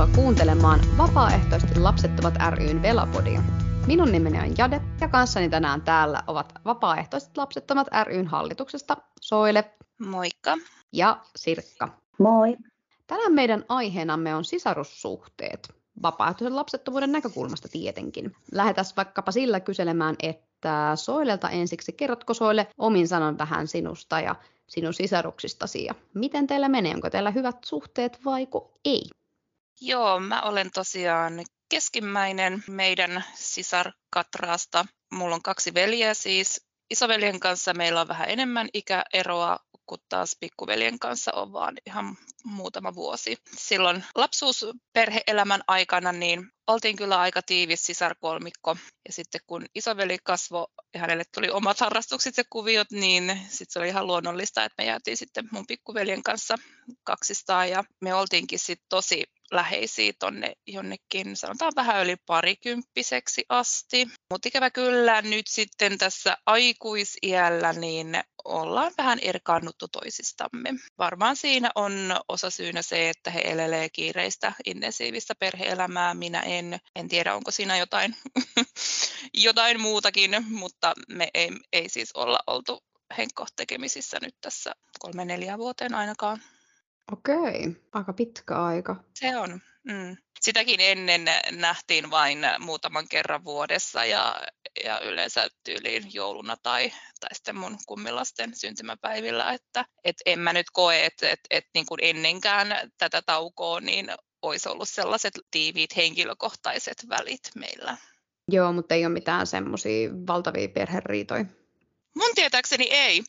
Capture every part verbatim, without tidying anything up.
Tervetuloa kuuntelemaan Vapaaehtoisesti lapsettomat ry:n Velapodia. Minun nimeni on Jade ja kanssani tänään täällä ovat Vapaaehtoiset lapsettomat ry:n hallituksesta Soile. Moikka. Ja Sirkka. Moi. Tänään meidän aiheenamme on sisarussuhteet. Vapaaehtoisen lapsettomuuden näkökulmasta tietenkin. Lähdetään vaikkapa sillä kyselemään, että Soilelta ensiksi kerrotko Soile omin sanon vähän sinusta ja sinun sisaruksistasi ja miten teillä menee? Onko teillä hyvät suhteet vaiko ei? Joo, mä olen tosiaan keskimmäinen meidän sisarkatraasta. Mulla on kaksi veljeä siis. Isoveljen kanssa meillä on vähän enemmän ikäeroa, kun taas pikkuveljen kanssa on vaan ihan muutama vuosi. Silloin lapsuusperhe-elämän aikana niin oltiin kyllä aika tiivis sisarkolmikko. Ja sitten kun isoveli kasvoi ja hänelle tuli omat harrastukset ja kuviot, niin sitten se oli ihan luonnollista, että me jäätiin sitten mun pikkuveljen kanssa kaksistaan. Ja me oltiinkin sitten tosi läheisiä tonne jonnekin, sanotaan vähän yli parikymppiseksi asti. Mutta ikävä kyllä nyt sitten tässä aikuisiällä niin ollaan vähän erkaannuttu toisistamme. Varmaan siinä on osa syynä se, että he elelee kiireistä, intensiivistä perhe-elämää. Minä en, en tiedä, onko siinä jotain, jotain muutakin, mutta me ei, ei siis olla oltu Henkko tekemisissä nyt tässä kolme neljä vuoteen ainakaan. Okei, aika pitkä aika. Se on. Mm. Sitäkin ennen nähtiin vain muutaman kerran vuodessa ja, ja yleensä tyyliin jouluna tai, tai sitten mun kummilasten syntymäpäivillä, että et en mä nyt koe, että et, et niin kuin ennenkään tätä taukoa niin olisi ollut sellaiset tiiviit henkilökohtaiset välit meillä. Joo, mutta ei ole mitään semmoisia valtavia perheriitoja. Mun tietääkseni ei.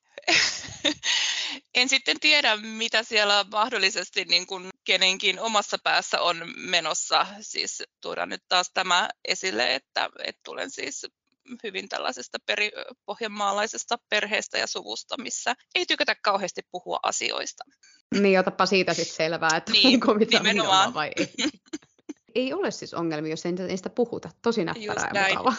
En sitten tiedä, mitä siellä mahdollisesti niin kuin kenenkin omassa päässä on menossa. Siis tuodaan nyt taas tämä esille, että, että tulen siis hyvin tällaisesta peripohjanmaalaisesta perheestä ja suvusta, missä ei tykätä kauheasti puhua asioista. Niin, otapa siitä sitten selvää, että niin, onko mitään nimenomaan. ongelmaa vai ei. Ei ole siis ongelmia, jos ei niistä puhuta. Tosi näppärää ja mukava.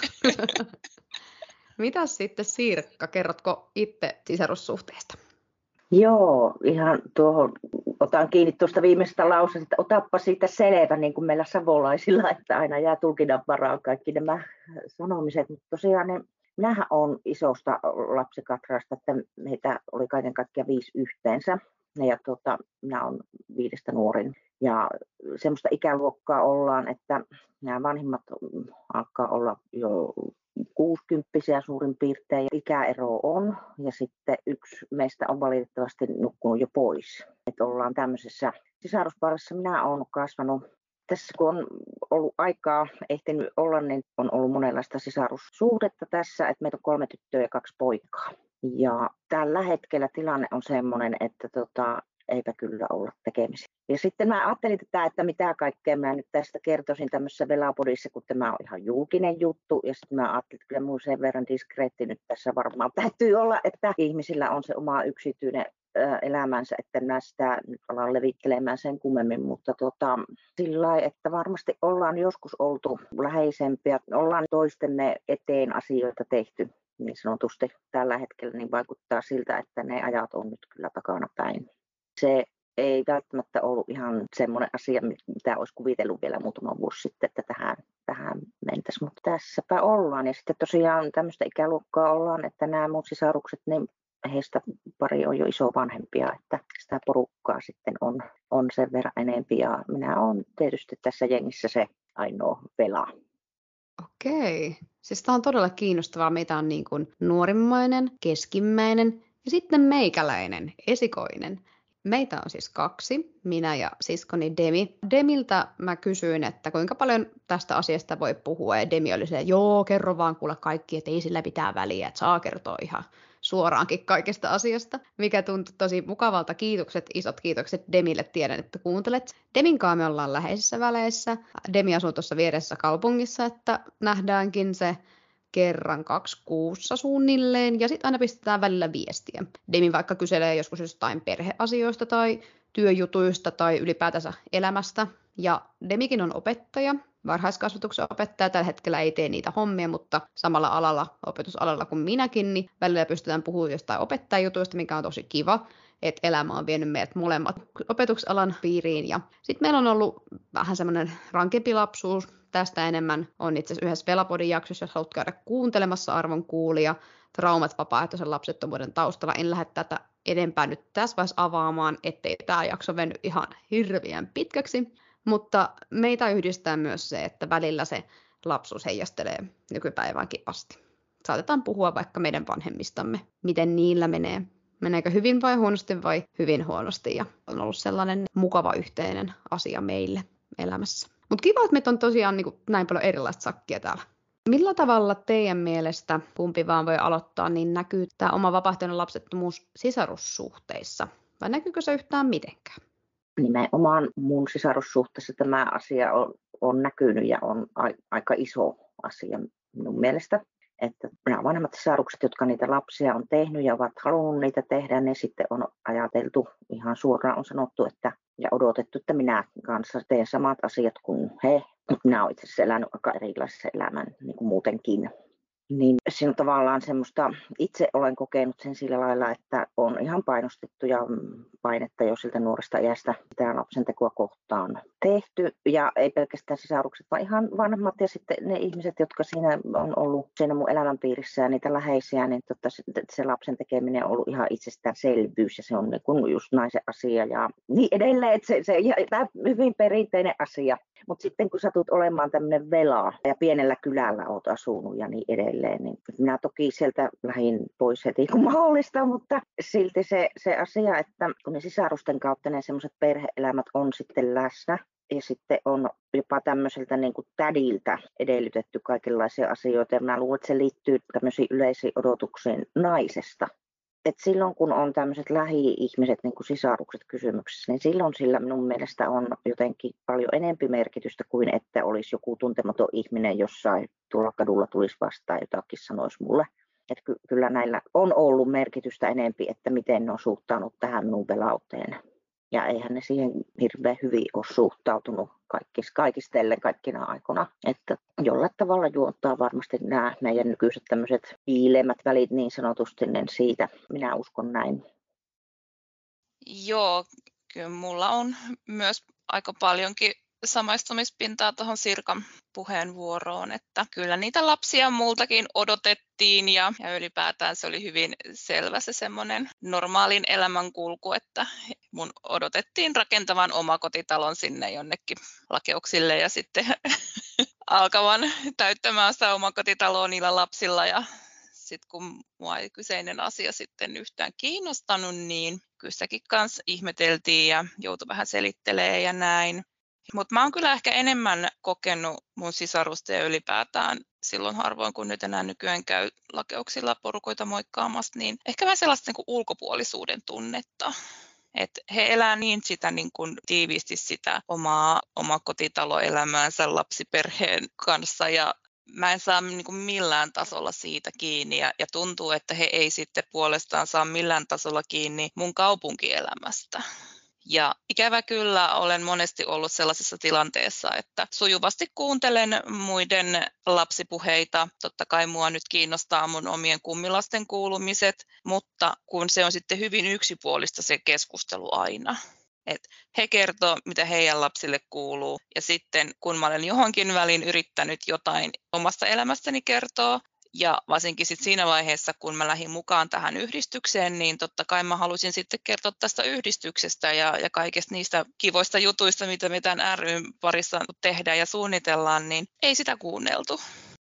Mitäs sitten Sirkka, kerrotko itse sisarussuhteesta? Joo, ihan tuohon otan kiinni tuosta viimeisestä lauseesta, että otappa siitä selvä, niin kuin meillä savolaisilla, että aina jää tulkinnan varaan kaikki nämä sanomiset. Mutta tosiaan niin, minähän olen isosta lapsikatrasta, että meitä oli kaiken kaikkiaan viisi yhteensä. Ja tuota, minä olen viidestä nuorin. Ja semmoista ikäluokkaa ollaan, että nämä vanhimmat alkaa olla jo kuusikymppisiä suurin piirtein. Ikäero on ja sitten yksi meistä on valitettavasti nukkunut jo pois. Että ollaan tämmöisessä sisarusparissa. Minä olen kasvanut. Tässä kun on ollut aikaa ehtinyt olla, niin on ollut monenlaista sisarussuhdetta tässä. Että meitä on kolme tyttöä ja kaksi poikaa. Ja tällä hetkellä tilanne on semmoinen, että tota, eipä kyllä olla tekemisiä. Ja sitten mä ajattelin tätä, että mitä kaikkea mä nyt tästä kertoisin tämmöisessä Velapodissa, kun tämä on ihan julkinen juttu. Ja sitten mä ajattelin, että kyllä mun sen verran diskreetti nyt tässä varmaan täytyy olla, että ihmisillä on se oma yksityinen elämänsä, että mä sitä nyt alan levittelemään sen kummemmin, mutta tota, sillä lailla, että varmasti ollaan joskus oltu läheisempiä, ollaan toistemme eteen asioita tehty niin sanotusti tällä hetkellä, niin vaikuttaa siltä, että ne ajat on nyt kyllä takana päin. Se ei välttämättä ollut ihan semmoinen asia, mitä olisi kuvitellut vielä muutama vuosi sitten, että tähän, tähän mentäisiin, mutta tässäpä ollaan. Ja sitten tosiaan tämmöistä ikäluokkaa ollaan, että nämä mun sisarukset, niin heistä pari on jo iso vanhempia, että sitä porukkaa sitten on, on sen verran enempi. Ja minä olen tietysti tässä jengissä se ainoa vela. Okei. Siis tämä on todella kiinnostavaa. Meitä on niin kuin nuorimmainen, keskimmäinen ja sitten meikäläinen, esikoinen. Meitä on siis kaksi, minä ja siskoni Demi. Demiltä mä kysyin, että kuinka paljon tästä asiasta voi puhua. Ja Demi oli se, joo, kerro vaan kuule kaikki, että ei sillä pitää väliä, että saa kertoa ihan suoraankin kaikesta asiasta. Mikä tuntui tosi mukavalta. Kiitokset, isot kiitokset Demille, tiedän, että kuuntelet. Demin kanssa me ollaan läheisissä väleissä. Demi asuu tuossa vieressä kaupungissa, että nähdäänkin se kerran kaksi kuussa suunnilleen, ja sitten aina pistetään välillä viestiä. Demi vaikka kyselee joskus jostain perheasioista tai työjutuista tai ylipäätänsä elämästä. Ja Demikin on opettaja, varhaiskasvatuksen opettaja. Tällä hetkellä ei tee niitä hommia, mutta samalla alalla, opetusalalla kuin minäkin, niin välillä pystytään puhumaan jostain opettajajutuista, mikä on tosi kiva. että elämä on vienyt meidät molemmat opetuksalan piiriin. Ja sitten meillä on ollut vähän semmoinen rankempi lapsuus. Tästä enemmän on itse asiassa yhdessä Velapodin jaksossa, jos haluat käydä kuuntelemassa arvon kuulija. Traumat vapaaehtoisen lapsettomuuden taustalla. En lähde tätä enempää nyt tässä vaiheessa avaamaan, ettei tämä jakso venny ihan hirveän pitkäksi. Mutta meitä yhdistää myös se, että välillä se lapsuus heijastelee nykypäiväänkin asti. Saatetaan puhua vaikka meidän vanhemmistamme, miten niillä menee. Meneekö hyvin vai huonosti vai hyvin huonosti. Ja on ollut sellainen mukava yhteinen asia meille elämässä. Mutta kiva, että meitä on tosiaan niin kuin näin paljon erilaista sakkia täällä. Millä tavalla teidän mielestä, kumpi vaan voi aloittaa, niin näkyy tämä oma vapaaehtoinen lapsettomuus sisarussuhteissa? Vai näkyykö se yhtään mitenkään? Nimenomaan mun sisarussuhteessa tämä asia on, on näkynyt ja on a, aika iso asia minun mielestä. Että nämä vanhemmat sisarukset, jotka niitä lapsia on tehnyt ja ovat halunneet niitä tehdä, niin sitten on ajateltu ihan suoraan, on sanottu, että ja odotettu, että minä kanssa teen samat asiat kuin he. Minä olen itse asiassa elänyt aika erilaisessa elämän niin kuin muutenkin. Niin siinä on tavallaan semmoista, itse olen kokenut sen sillä lailla, että on ihan painostettu ja painetta jo siltä nuoresta iästä mitä lapsentekoa kohtaan tehty. Ja ei pelkästään sisarukset, vaan ihan vanhemmat ja sitten ne ihmiset, jotka siinä on ollut siinä mun elämänpiirissä ja niitä läheisiä, niin totta, se lapsen tekeminen on ollut ihan itsestäänselvyys ja se on niin kuin just naisen asia ja niin edelleen, että se, se on hyvin perinteinen asia. Mutta sitten kun satut olemaan tämmöinen vela ja pienellä kylällä olet asunut ja niin edelleen, niin minä toki sieltä lähdin pois heti kun mahdollista, mutta silti se, se asia, että kun ne sisarusten kautta ne semmoiset perhe-elämät on sitten läsnä ja sitten on jopa tämmöiseltä niin kuin tädiltä edellytetty kaikenlaisia asioita ja minä luulen, että se liittyy tämmöisiin yleisiin odotuksiin naisesta. Et silloin kun on tämmöiset lähi-ihmiset, niin kuin sisarukset kysymyksessä, niin silloin sillä minun mielestä on jotenkin paljon enempi merkitystä kuin että olisi joku tuntematon ihminen jossain tuolla kadulla tulisi vastaan jotakin sanoisi mulle. Et ky- kyllä näillä on ollut merkitystä enempi, että miten ne on suhtautunut tähän minun pelauteen. Ja eihän ne siihen hirveän hyvin ole suhtautunut kaikis, kaikistellen kaikkina aikoina. Että jollain tavalla juontaa varmasti nämä meidän nykyiset tämmöiset viileämmät välit niin sanotusti, niin siitä minä uskon näin. Joo, kyllä mulla on myös aika paljonkin samaistumispintaa tuohon Sirkan puheenvuoroon, että kyllä niitä lapsia multakin odotettiin ja, ja ylipäätään se oli hyvin selvä se semmoinen normaalin elämänkulku, että mun odotettiin rakentavan omakotitalon sinne jonnekin lakeuksille ja sitten alkavan täyttämään sitä omakotitaloa niillä lapsilla ja sitten kun mua ei kyseinen asia sitten yhtään kiinnostanut, niin kyllä sitäkin kanssa ihmeteltiin ja joutui vähän selittelemään ja näin. Mutta mä oon kyllä ehkä enemmän kokenut mun sisarusta ja ylipäätään silloin harvoin, kun nyt enää nykyään käy lakeuksilla porukoita moikkaamassa, niin ehkä vähän sellaista niin kuin ulkopuolisuuden tunnetta. Että he elää niin sitä niin kuin tiiviisti sitä omaa, omaa kotitaloelämäänsä lapsiperheen kanssa ja mä en saa niin kuin millään tasolla siitä kiinni ja, ja tuntuu, että he ei sitten puolestaan saa millään tasolla kiinni mun kaupunkielämästä. Ja ikävä kyllä olen monesti ollut sellaisessa tilanteessa, että sujuvasti kuuntelen muiden lapsipuheita. Totta kai mua nyt kiinnostaa mun omien kummilasten kuulumiset, mutta kun se on sitten hyvin yksipuolista se keskustelu aina. Et he kertoo, mitä heidän lapsille kuuluu ja sitten kun mä olen johonkin väliin yrittänyt jotain omasta elämästäni kertoa, ja varsinkin sit siinä vaiheessa, kun mä lähdin mukaan tähän yhdistykseen, niin totta kai mä halusin sitten kertoa tästä yhdistyksestä ja, ja kaikista niistä kivoista jutuista, mitä me tämän ry:n parissa tehdään ja suunnitellaan, niin ei sitä kuunneltu.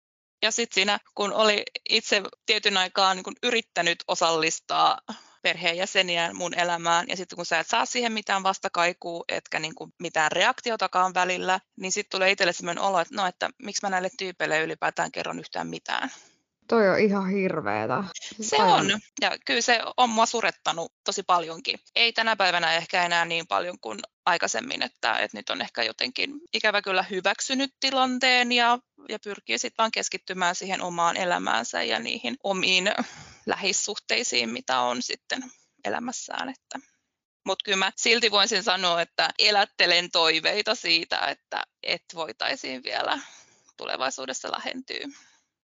Ja sitten siinä, kun oli itse tietyn aikaa niin kun yrittänyt osallistaa perheenjäseniä mun elämään, ja sitten kun sä et saa siihen mitään vastakaikua, etkä niin kuin mitään reaktiotakaan välillä, niin sitten tulee itselle sellainen olo, että no, että miksi mä näille tyypeille ylipäätään kerron yhtään mitään. Toi on ihan hirveetä. Se on, ja kyllä se on mua surettanut tosi paljonkin. Ei tänä päivänä ehkä enää niin paljon kuin aikaisemmin, että, että nyt on ehkä jotenkin ikävä kyllä hyväksynyt tilanteen ja, ja pyrkii sitten vaan keskittymään siihen omaan elämäänsä ja niihin omiin lähissuhteisiin, mitä on sitten elämässään. Että. Mutta kyllä mä silti voisin sanoa, että elättelen toiveita siitä, että et voitaisiin vielä tulevaisuudessa lähentyä.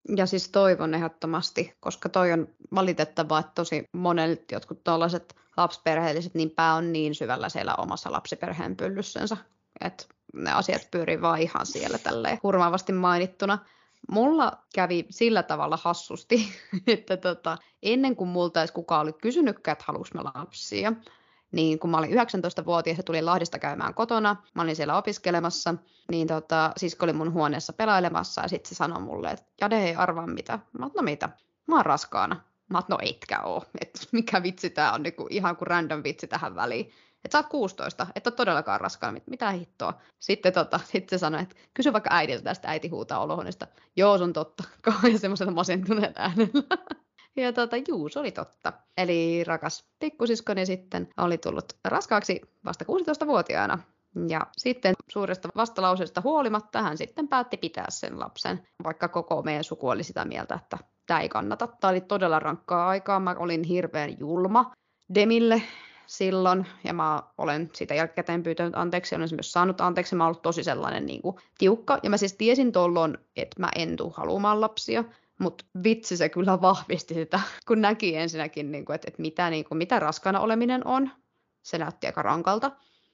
Ja siis toivon ehdottomasti, koska toi on valitettavaa, että tosi monet jotkut tuollaiset lapsiperheelliset, niin pää on niin syvällä siellä omassa lapsiperheen pyllyssänsä, että ne asiat pyörii vaan ihan siellä tälleen hurmaavasti mainittuna. Mulla kävi sillä tavalla hassusti, että tota, ennen kuin multa edes kukaan oli kysynytkään, että haluanko mä lapsia, niin kun mä olin yhdeksäntoistavuotias ja tulin Lahdista käymään kotona, mä olin siellä opiskelemassa, niin tota, sisko oli mun huoneessa pelailemassa ja sitten se sanoi mulle, että Jade ei arvaa mitä. Mä oon, no mitä? Mä oon raskaana. Mä oon, no etkä oo. Että mikä vitsi tää on, niin kuin, ihan kuin random vitsi tähän väliin. Että sä oot kuusitoista, et ole todellakaan raskaana, mitä hittoa. Sitten, tota, sitten se sanoi, että kysy vaikka äidiltä, tästä äiti huutaa olohuoneesta. Joo, se on totta. Ja semmoisella masentuneen äänellä. Ja tota, juu, se oli totta. Eli rakas pikkusiskoni sitten oli tullut raskaaksi vasta kuusitoistavuotiaana. Ja sitten suuresta vastalauseesta huolimatta hän sitten päätti pitää sen lapsen, vaikka koko meidän suku oli sitä mieltä, että tämä ei kannata. Tämä oli todella rankkaa aikaa. Mä olin hirveän julma Demille silloin, ja mä olen sitä jälkikäteen pyytänyt anteeksi, olen myös saanut anteeksi. Mä olen ollut tosi sellainen niin kuin, tiukka, ja mä siis tiesin tuolloin, että mä en tule haluamaan lapsia. Mutta vitsi se kyllä vahvisti sitä, kun näki ensinnäkin, niin että, että mitä, niin kuin, mitä raskaana oleminen on. Se näytti aika rankalta.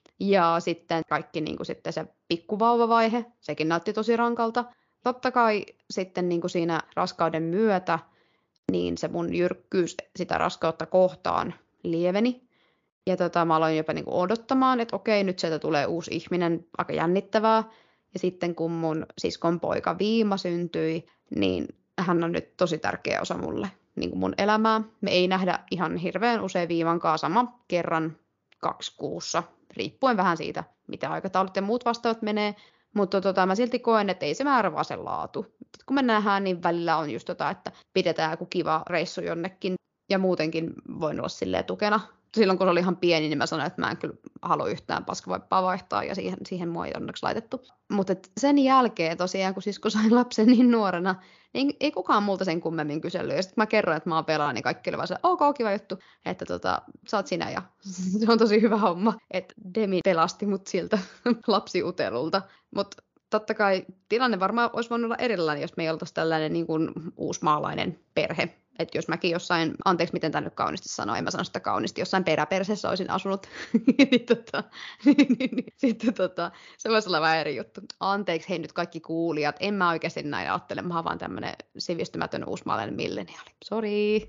Ja sitten kaikki niin kuin, sitten se pikkuvauvavaihe, sekin näytti tosi rankalta. Totta kai sitten niin kuin siinä raskauden myötä, niin se mun jyrkkyys sitä raskautta kohtaan lieveni. Ja tota, mä aloin jopa niin kuin odottamaan, että okei, nyt sieltä tulee uusi ihminen, aika jännittävää. Ja sitten kun mun siskon poika Viima syntyi, niin hän on nyt tosi tärkeä osa mulle, niin kuin mun elämää. Me ei nähdä ihan hirveän usein Viivan kanssa, sama kerran kaksi kuussa, riippuen vähän siitä, mitä aikataulut ja muut vastaavat menee. Mutta tota, mä silti koen, että ei se määrä vaan se laatu. Sitten kun me nähdään, niin välillä on just tota, että pidetään joku kiva reissu jonnekin. Ja muutenkin voin olla silleen tukena. Silloin kun se oli ihan pieni, niin mä sanoin, että mä en kyllä halua yhtään paskavaippaa vaihtaa, ja siihen, siihen mua ei onneksi laitettu. Mutta sen jälkeen tosiaan, kun sisko sain lapsen niin nuorena, niin ei kukaan multa sen kummemmin kysellyt. Ja sitten mä kerroin, että mä oon pelaa, niin kaikki oli vaan se, ok, kiva juttu, että tota, sä oot sinä, ja se on tosi hyvä homma, että Demi pelasti mut siltä lapsiutelulta. Mutta totta kai tilanne varmaan olisi voinut olla erilainen, jos me ei oltaisi tällainen niin kuin uusmaalainen perhe. Että jos mäkin jossain, anteeksi miten tämä nyt kauniisti sanoo, en mä sano sitä kauniisti, jossain peräperseessä olisin asunut, niin, tota, niin, niin, niin, sitten tota, se voisi olla vähän eri juttu. Anteeksi hei nyt kaikki kuulijat, en mä oikeasti näin ajattele, mä oon vaan tämmönen sivistymätön uusmaalainen milleniaali. Sori.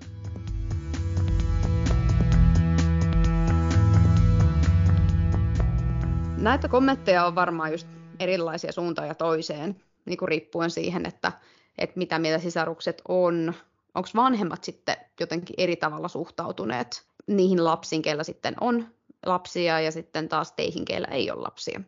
Näitä kommentteja on varmaan just erilaisia suuntaan ja toiseen, niin kuin riippuen siihen, että, että mitä mieltä sisarukset on. Onko vanhemmat sitten jotenkin eri tavalla suhtautuneet niihin lapsiin, keillä sitten on lapsia, ja sitten taas teihin, keillä ei ole lapsia?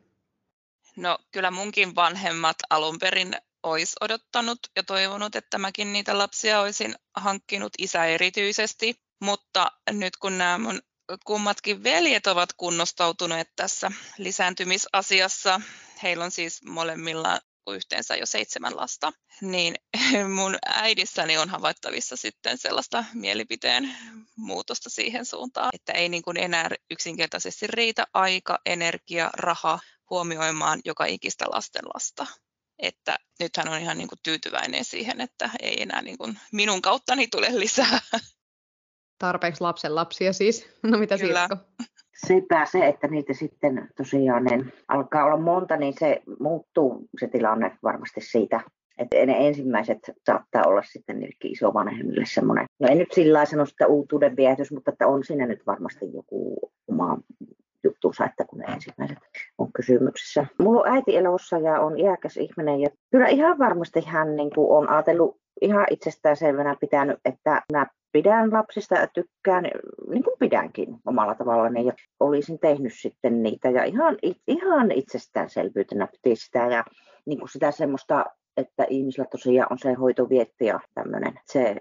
No kyllä munkin vanhemmat alun perin olisi odottanut ja toivonut, että mäkin niitä lapsia olisin hankkinut, isä erityisesti. Mutta nyt kun nämä mun kummatkin veljet ovat kunnostautuneet tässä lisääntymisasiassa, heillä on siis molemmilla yhteensä jo seitsemän lasta, niin mun äidissäni on havaittavissa sitten sellaista mielipiteen muutosta siihen suuntaan, että ei niin kuin enää yksinkertaisesti riitä aika, energia, raha huomioimaan joka ikistä lastenlasta. Että nyt hän on ihan niin kuin tyytyväinen siihen, että ei enää niin kuin minun kauttani tule lisää. Tarpeeksi lapsen lapsia siis. No mitä Sirkko? Sepä se, että niitä sitten tosiaan niin alkaa olla monta, niin se muuttuu se tilanne varmasti siitä, että ne ensimmäiset saattaa olla sitten niillekin isovanhemmille semmoinen, no en nyt sillä lailla sano sitä uutuuden viehätys, mutta että on siinä nyt varmasti joku oma juttuunsa, että kun ne ensimmäiset on kysymyksessä. Mulla on äiti elossa ja on iäkäs ihminen ja kyllä ihan varmasti hän niin kuin on ajatellut ihan itsestäänselvänä pitänyt, että mä pidän lapsista ja tykkään, niin kuin pidänkin omalla tavallaan, ja olisin tehnyt sitten niitä ja ihan, ihan itsestäänselvyytenä piti sitä ja niin kuin sitä semmoista, että ihmisillä tosiaan on se hoitovietti ja tämmöinen. Se,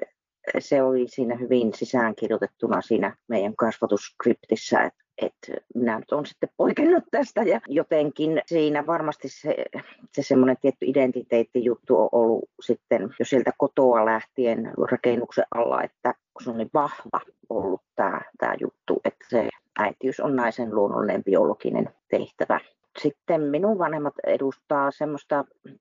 se oli siinä hyvin sisäänkirjoitettuna siinä meidän kasvatusskriptissä, että että minä nyt olen sitten poikennut tästä ja jotenkin siinä varmasti se, se semmoinen tietty identiteettijuttu on ollut sitten jo sieltä kotoa lähtien rakennuksen alla, että se on niin vahva ollut tämä, tämä juttu, että se äitiys on naisen luonnollinen biologinen tehtävä. Sitten minun vanhemmat edustaa semmoista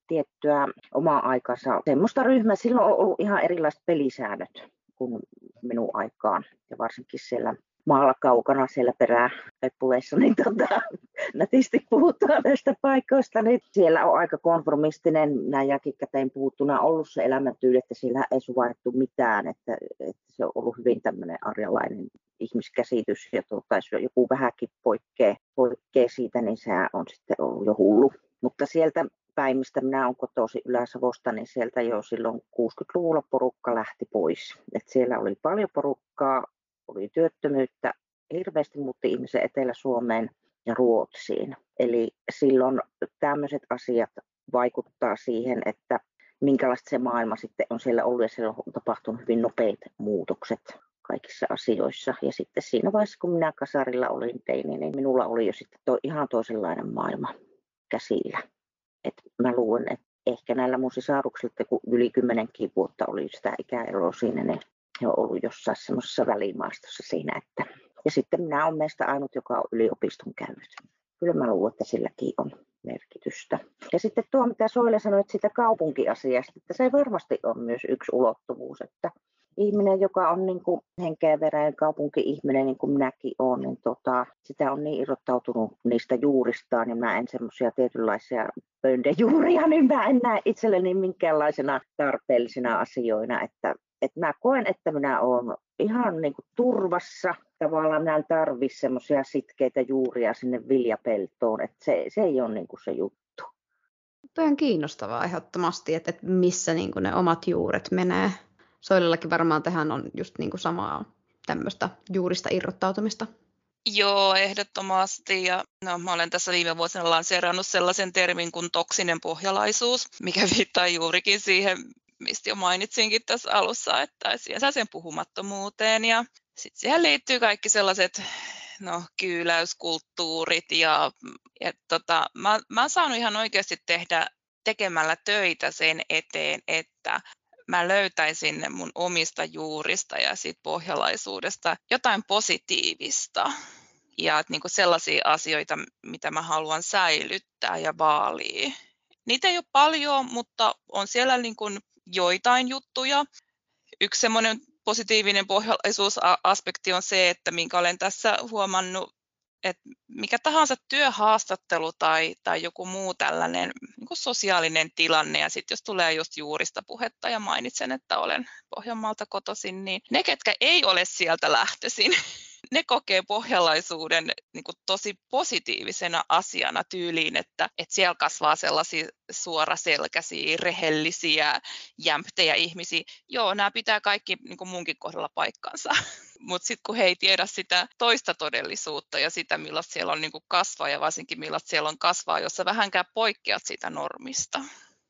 tiettyä omaa aikansa semmoista ryhmää. Silloin on ollut ihan erilaiset pelisäännöt kuin minun aikaan ja varsinkin siellä maalla kaukana siellä peräpeppuleissa, niin tota, nätisti puhutaan näistä paikoista, niin siellä on aika konformistinen näin jälkikäteen puhuttuna ollut se elämäntyyli, että siellä ei suvaittu mitään, että, että se on ollut hyvin tämmöinen arjalainen ihmiskäsitys ja tuota, jos joku vähänkin poikkeaa, poikkeaa siitä, niin se on sitten ollut jo hullu. Mutta sieltä päin, mistä minä olen kotoisin Ylä-Savosta, niin sieltä jo silloin kuusikymmentäluvulla porukka lähti pois. Et siellä oli paljon porukkaa, oli työttömyyttä, hirveästi muutti ihmisen Etelä-Suomeen ja Ruotsiin. Eli silloin tämmöiset asiat vaikuttaa siihen, että minkälaista se maailma sitten on siellä ollut, ja siellä on tapahtunut hyvin nopeat muutokset kaikissa asioissa. Ja sitten siinä vaiheessa, kun minä kasarilla olin teini, niin minulla oli jo sitten to, ihan toisenlainen maailma käsillä. Et mä luulen, että ehkä näillä mun sisaruksilla, kun yli kymmenenkin vuotta oli sitä ikäeroa siinä, niin he on ollut jossain semmoisessa välimaastossa siinä. Että... Ja sitten minä olen meistä ainut, joka on yliopiston käynyt. Kyllä mä luulen, että silläkin on merkitystä. Ja sitten tuo, mitä Soile sanoi siitä kaupunkiasiasta, että se varmasti on myös yksi ulottuvuus, että ihminen, joka on niin kuin henkeä verään kaupunki-ihminen, niin kuin minäkin olen, niin tota, sitä on niin irrottautunut niistä juuristaan, niin mä en semmoisia tietynlaisia pöndejuuria, niin mä en näe itselleni minkäänlaisena tarpeellisina asioina, että, että mä koen, että minä olen ihan niin kuin turvassa. Tavallaan minä en tarvitse semmoisia sitkeitä juuria sinne viljapeltoon, että se, se ei ole niin kuin se juttu. Tuo on kiinnostavaa ehdottomasti, että, että missä niin kuin ne omat juuret menee. Soilellakin varmaan tähän on just niin kuin samaa tämmöistä juurista irrottautumista. Joo, ehdottomasti. Ja no, mä olen tässä viime vuosina lanseerannut sellaisen termin kuin toksinen pohjalaisuus, mikä viittaa juurikin siihen, mistä jo mainitsinkin tässä alussa, että siihen sen puhumattomuuteen. Ja sitten siihen liittyy kaikki sellaiset no, kyyläyskulttuurit. Ja, ja tota, mä, mä oon saanut ihan oikeasti tehdä tekemällä töitä sen eteen, että mä löytäisin mun omista juurista ja siitä pohjalaisuudesta jotain positiivista ja niin kuin sellaisia asioita, mitä mä haluan säilyttää ja vaalia. Niitä ei ole paljon, mutta on siellä niin kuin joitain juttuja. Yksi semmoinen positiivinen pohjalaisuusaspekti on se, että minkä olen tässä huomannut, että mikä tahansa työhaastattelu tai, tai joku muu tällainen niin kuin sosiaalinen tilanne, ja sitten jos tulee just juurista puhetta ja mainitsen, että olen Pohjanmaalta kotoisin, niin ne, ketkä ei ole sieltä lähtöisin, ne kokee pohjalaisuuden niin kuin tosi positiivisena asiana tyyliin, että, että siellä kasvaa sellaisia suoraselkäisiä, rehellisiä, jämptejä ihmisiä. Joo, nämä pitää kaikki niin kuin munkin kohdalla paikkansa. Mutta sitten kun he ei tiedä sitä toista todellisuutta ja sitä, millaista siellä on niin kuin kasvaa ja varsinkin millaista siellä on kasvaa, jossa vähänkään poikkeat siitä normista.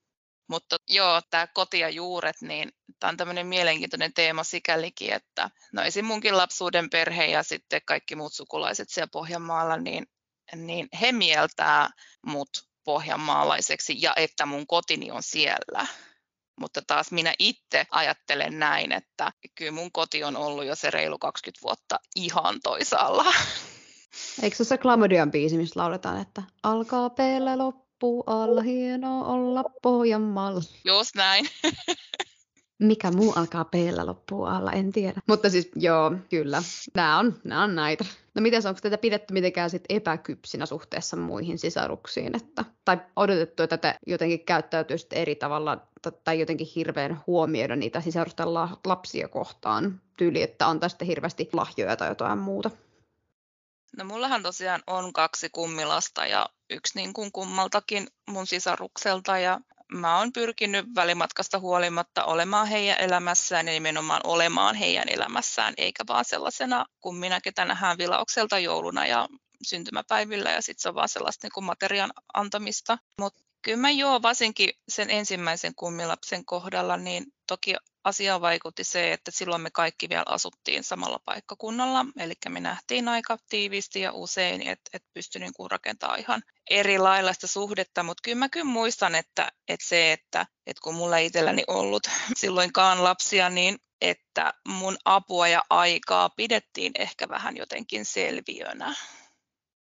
Mutta joo, tämä koti ja juuret, niin tämä on tämmöinen mielenkiintoinen teema sikälikin, että no esim. Munkin lapsuuden perhe ja sitten kaikki muut sukulaiset siellä Pohjanmaalla, niin, niin he mieltää mut pohjanmaalaiseksi ja että mun kotini on siellä. Mutta taas minä itse ajattelen näin, että kyllä mun koti on ollut jo se reilu kaksikymmentä vuotta ihan toisaalla. Eikö se ole se Klamydian biisi, missä lauletaan, että alkaa peellä loppuu alla, hienoa olla Pohjanmaalla. Just näin. Mikä muu alkaa peellä loppuu alla, en tiedä. Mutta siis joo, kyllä, nämä on, nämä on näitä. No mites, onko tätä pidetty mitenkään sit epäkypsinä suhteessa muihin sisaruksiin? Että, tai odotettu, että tätä jotenkin käyttäytyy eri tavalla tai jotenkin hirveän huomioida niitä sisarusten lapsia kohtaan tyyli, että antaa sitten hirveästi lahjoja tai jotain muuta? No mullahan tosiaan on kaksi kummilasta ja yksi niin kuin kummaltakin mun sisarukselta ja mä oon pyrkinyt välimatkasta huolimatta olemaan heidän elämässään ja nimenomaan olemaan heidän elämässään, eikä vaan sellaisena kummina, ketä nähdään vilaukselta jouluna ja syntymäpäivillä ja sitten se on vaan sellaista niin kuin materiaan antamista. Mutta kyllä mä joo, varsinkin sen ensimmäisen kummilapsen kohdalla, niin toki asiaan vaikutti se, että silloin me kaikki vielä asuttiin samalla paikkakunnalla, eli me nähtiin aika tiiviisti ja usein, että et pystyi niin rakentamaan ihan erilaista suhdetta, mutta kyllä mä kyllä muistan, että, että se, että, että kun mulla itselläni ollut silloinkaan lapsia, niin että mun apua ja aikaa pidettiin ehkä vähän jotenkin selviönä.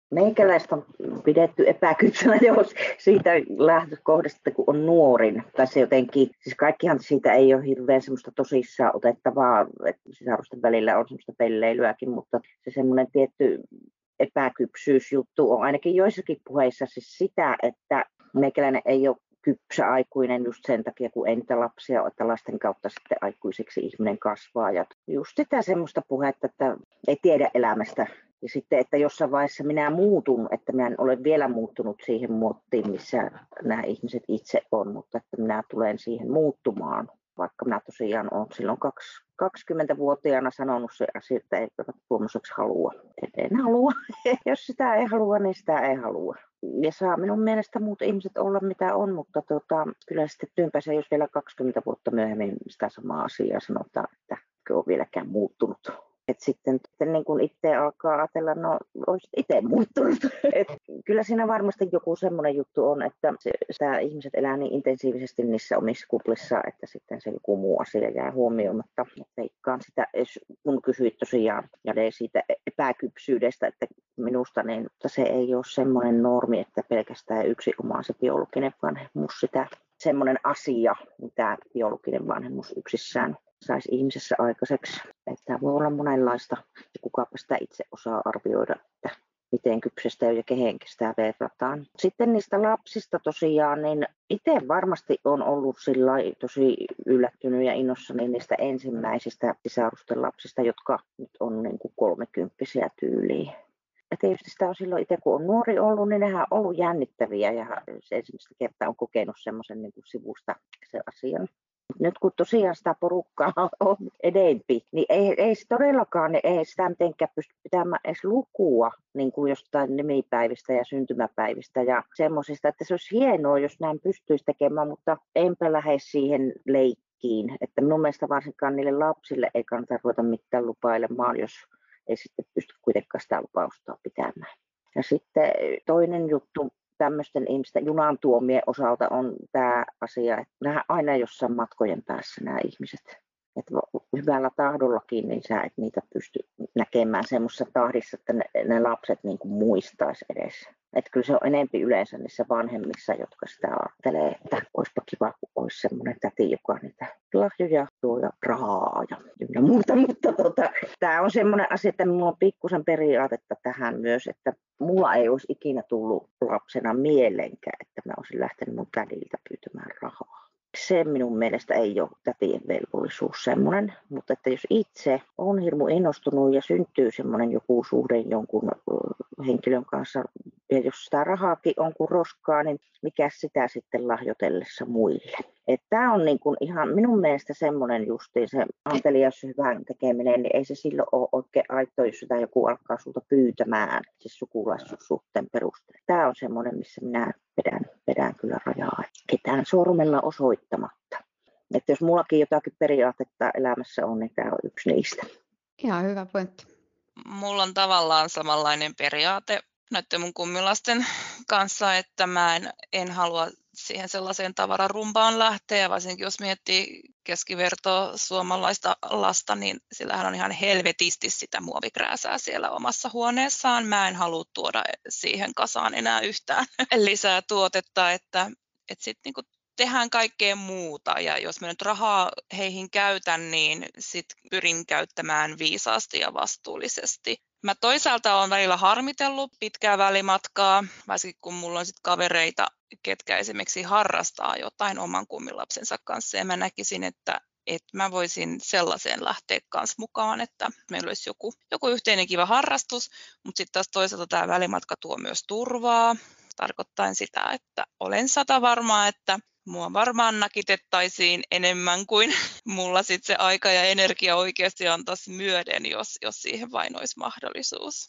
Meikäläistä on pidetty epäkypsänä jo siitä lähtökohdasta, että kun on nuorin. Tai se jotenkin, siis kaikkihan siitä ei ole hirveän semmoista tosissaan otettavaa, että sisarusten välillä on semmoista pelleilyäkin, mutta se semmoinen tietty epäkypsyysjuttu on ainakin joissakin puheissa siis sitä, että meikäläinen ei ole kypsä aikuinen just sen takia, kun ei niitä lapsia ole, että lasten kautta sitten aikuiseksi ihminen kasvaa. Ja just sitä semmoista puhetta, että ei tiedä elämästä. Ja sitten, että jossain vaiheessa minä muutun, että minä en ole vielä muuttunut siihen muottiin, missä nämä ihmiset itse on, mutta että minä tulen siihen muuttumaan. Vaikka minä tosiaan olen silloin kaksikymmentävuotiaana sanonut se asia, että ei tuommoiseksi halua. En halua. Jos sitä ei halua, niin sitä ei halua. Ja saa minun mielestä muut ihmiset olla mitä on, mutta tota, kyllä sitten tyympäänsä, jos vielä kaksikymmentä vuotta myöhemmin sitä samaa asiaa sanotaan, että ei ole vieläkään muuttunut. Et sitten, sitten niin kun itse alkaa ajatella, no olisit itse muuttunut. Et kyllä siinä varmasti joku semmoinen juttu on, että se, sitä ihmiset elää niin intensiivisesti niissä omissa kuplissa, että sitten se joku muu asia jää huomioimatta. Veikkaan sitä, kun kysyit tosiaan ja siitä epäkypsyydestä, että minusta niin, se ei ole semmoinen normi, että pelkästään yksi oma se biologinen vanhemmuus sitä semmoinen asia, mitä biologinen vanhemmuus yksissään saisi ihmisessä aikaiseksi. Että voi olla monenlaista ja kukapa sitä itse osaa arvioida, että miten kypsestä ja kehenkin sitä verrataan. Sitten niistä lapsista tosiaan, niin itse varmasti on ollut tosi yllättynyt ja innossani niistä ensimmäisistä sisarusten lapsista, jotka nyt on niin kuin kolmekymppisiä tyyliin. Ja tietysti sitä on silloin itse, kun on nuori ollut, niin nehän on ollut jännittäviä ja se ensimmäistä kertaa on kokenut semmoisen niin kuin sivusta sen asian. Nyt kun tosiaan sitä porukkaa on edempi, niin ei, ei se todellakaan ei sitä mitenkään pysty pitämään edes lukua niin kuin jostain nimipäivistä ja syntymäpäivistä ja semmoisista, että se olisi hienoa, jos näin pystyisi tekemään, mutta enpä lähde siihen leikkiin. Että minun mielestä varsinkaan niille lapsille ei kannata ruveta mitään lupailemaan, jos ei sitten pysty kuitenkaan sitä lupausta pitämään. Ja sitten toinen juttu tämmöisten ihmisten junan tuomien osalta on tämä asia, että nämä aina jossain matkojen päässä nämä ihmiset. Että hyvällä tahdollakin niin sä et niitä pysty näkemään semmoisessa tahdissa, että ne, ne lapset niin kuin muistaisi edes. Että kyllä se on enempi yleensä niissä vanhemmissa, jotka sitä ajattelee, että olisipa kiva, kun olisi semmoinen täti, joka niitä lahjoja tuo ja rahaa ja ynnä muuta. Mutta tota, tämä on semmoinen asia, että minulla on pikkusen periaatetta tähän myös, että mulla ei olisi ikinä tullut lapsena mieleenkään, että mä olisin lähtenyt mun tädiltä pyytämään rahaa. Se minun mielestä ei ole tätien velvollisuus semmoinen, mutta että jos itse on hirmu innostunut ja syntyy semmoinen joku suhde jonkun henkilön kanssa, ja jos sitä rahaakin on kuin roskaa, niin mikä sitä sitten lahjoitellessa muille. Tämä on niin kuin ihan minun mielestä semmoinen justiin se antelias hyvän tekeminen, niin ei se silloin ole oikein aitoa, jos sitä joku alkaa sulta pyytämään, siis sukulaisuussuhteen perusteella. Tämä on semmoinen, missä minä vedän, vedän kyllä rajaa, ketään sormella osoittamatta. Että jos mullakin jotakin periaatetta elämässä on, niin tämä on yksi niistä. Ihan hyvä pointti. Mulla on tavallaan samanlainen periaate näiden mun kummilasten kanssa, että mä en, en halua siihen sellaiseen tavararumpaan lähteä, varsinkin jos miettii keskivertoa suomalaista lasta, niin sillähän on ihan helvetisti sitä muovikrääsää siellä omassa huoneessaan. Mä en halua tuoda siihen kasaan enää yhtään lisää tuotetta, että, että sitten niinku tehdään kaikkea muuta, ja jos mä nyt rahaa heihin käytän, niin sit pyrin käyttämään viisaasti ja vastuullisesti. Mä toisaalta olen välillä harmitellut pitkää välimatkaa, varsinkin kun mulla on sit kavereita, ketkä esimerkiksi harrastaa jotain oman kummilapsensa kanssa, ja mä näkisin, että, että mä voisin sellaiseen lähteä kanssa mukaan, että meillä olisi joku, joku yhteinen kiva harrastus, mutta sitten taas toisaalta tämä välimatka tuo myös turvaa, tarkoittaen sitä, että olen sata varmaa, että mua varmaan nakitettaisiin enemmän kuin mulla sitten se aika ja energia oikeasti antaisi myöden, jos, jos siihen vain olisi mahdollisuus.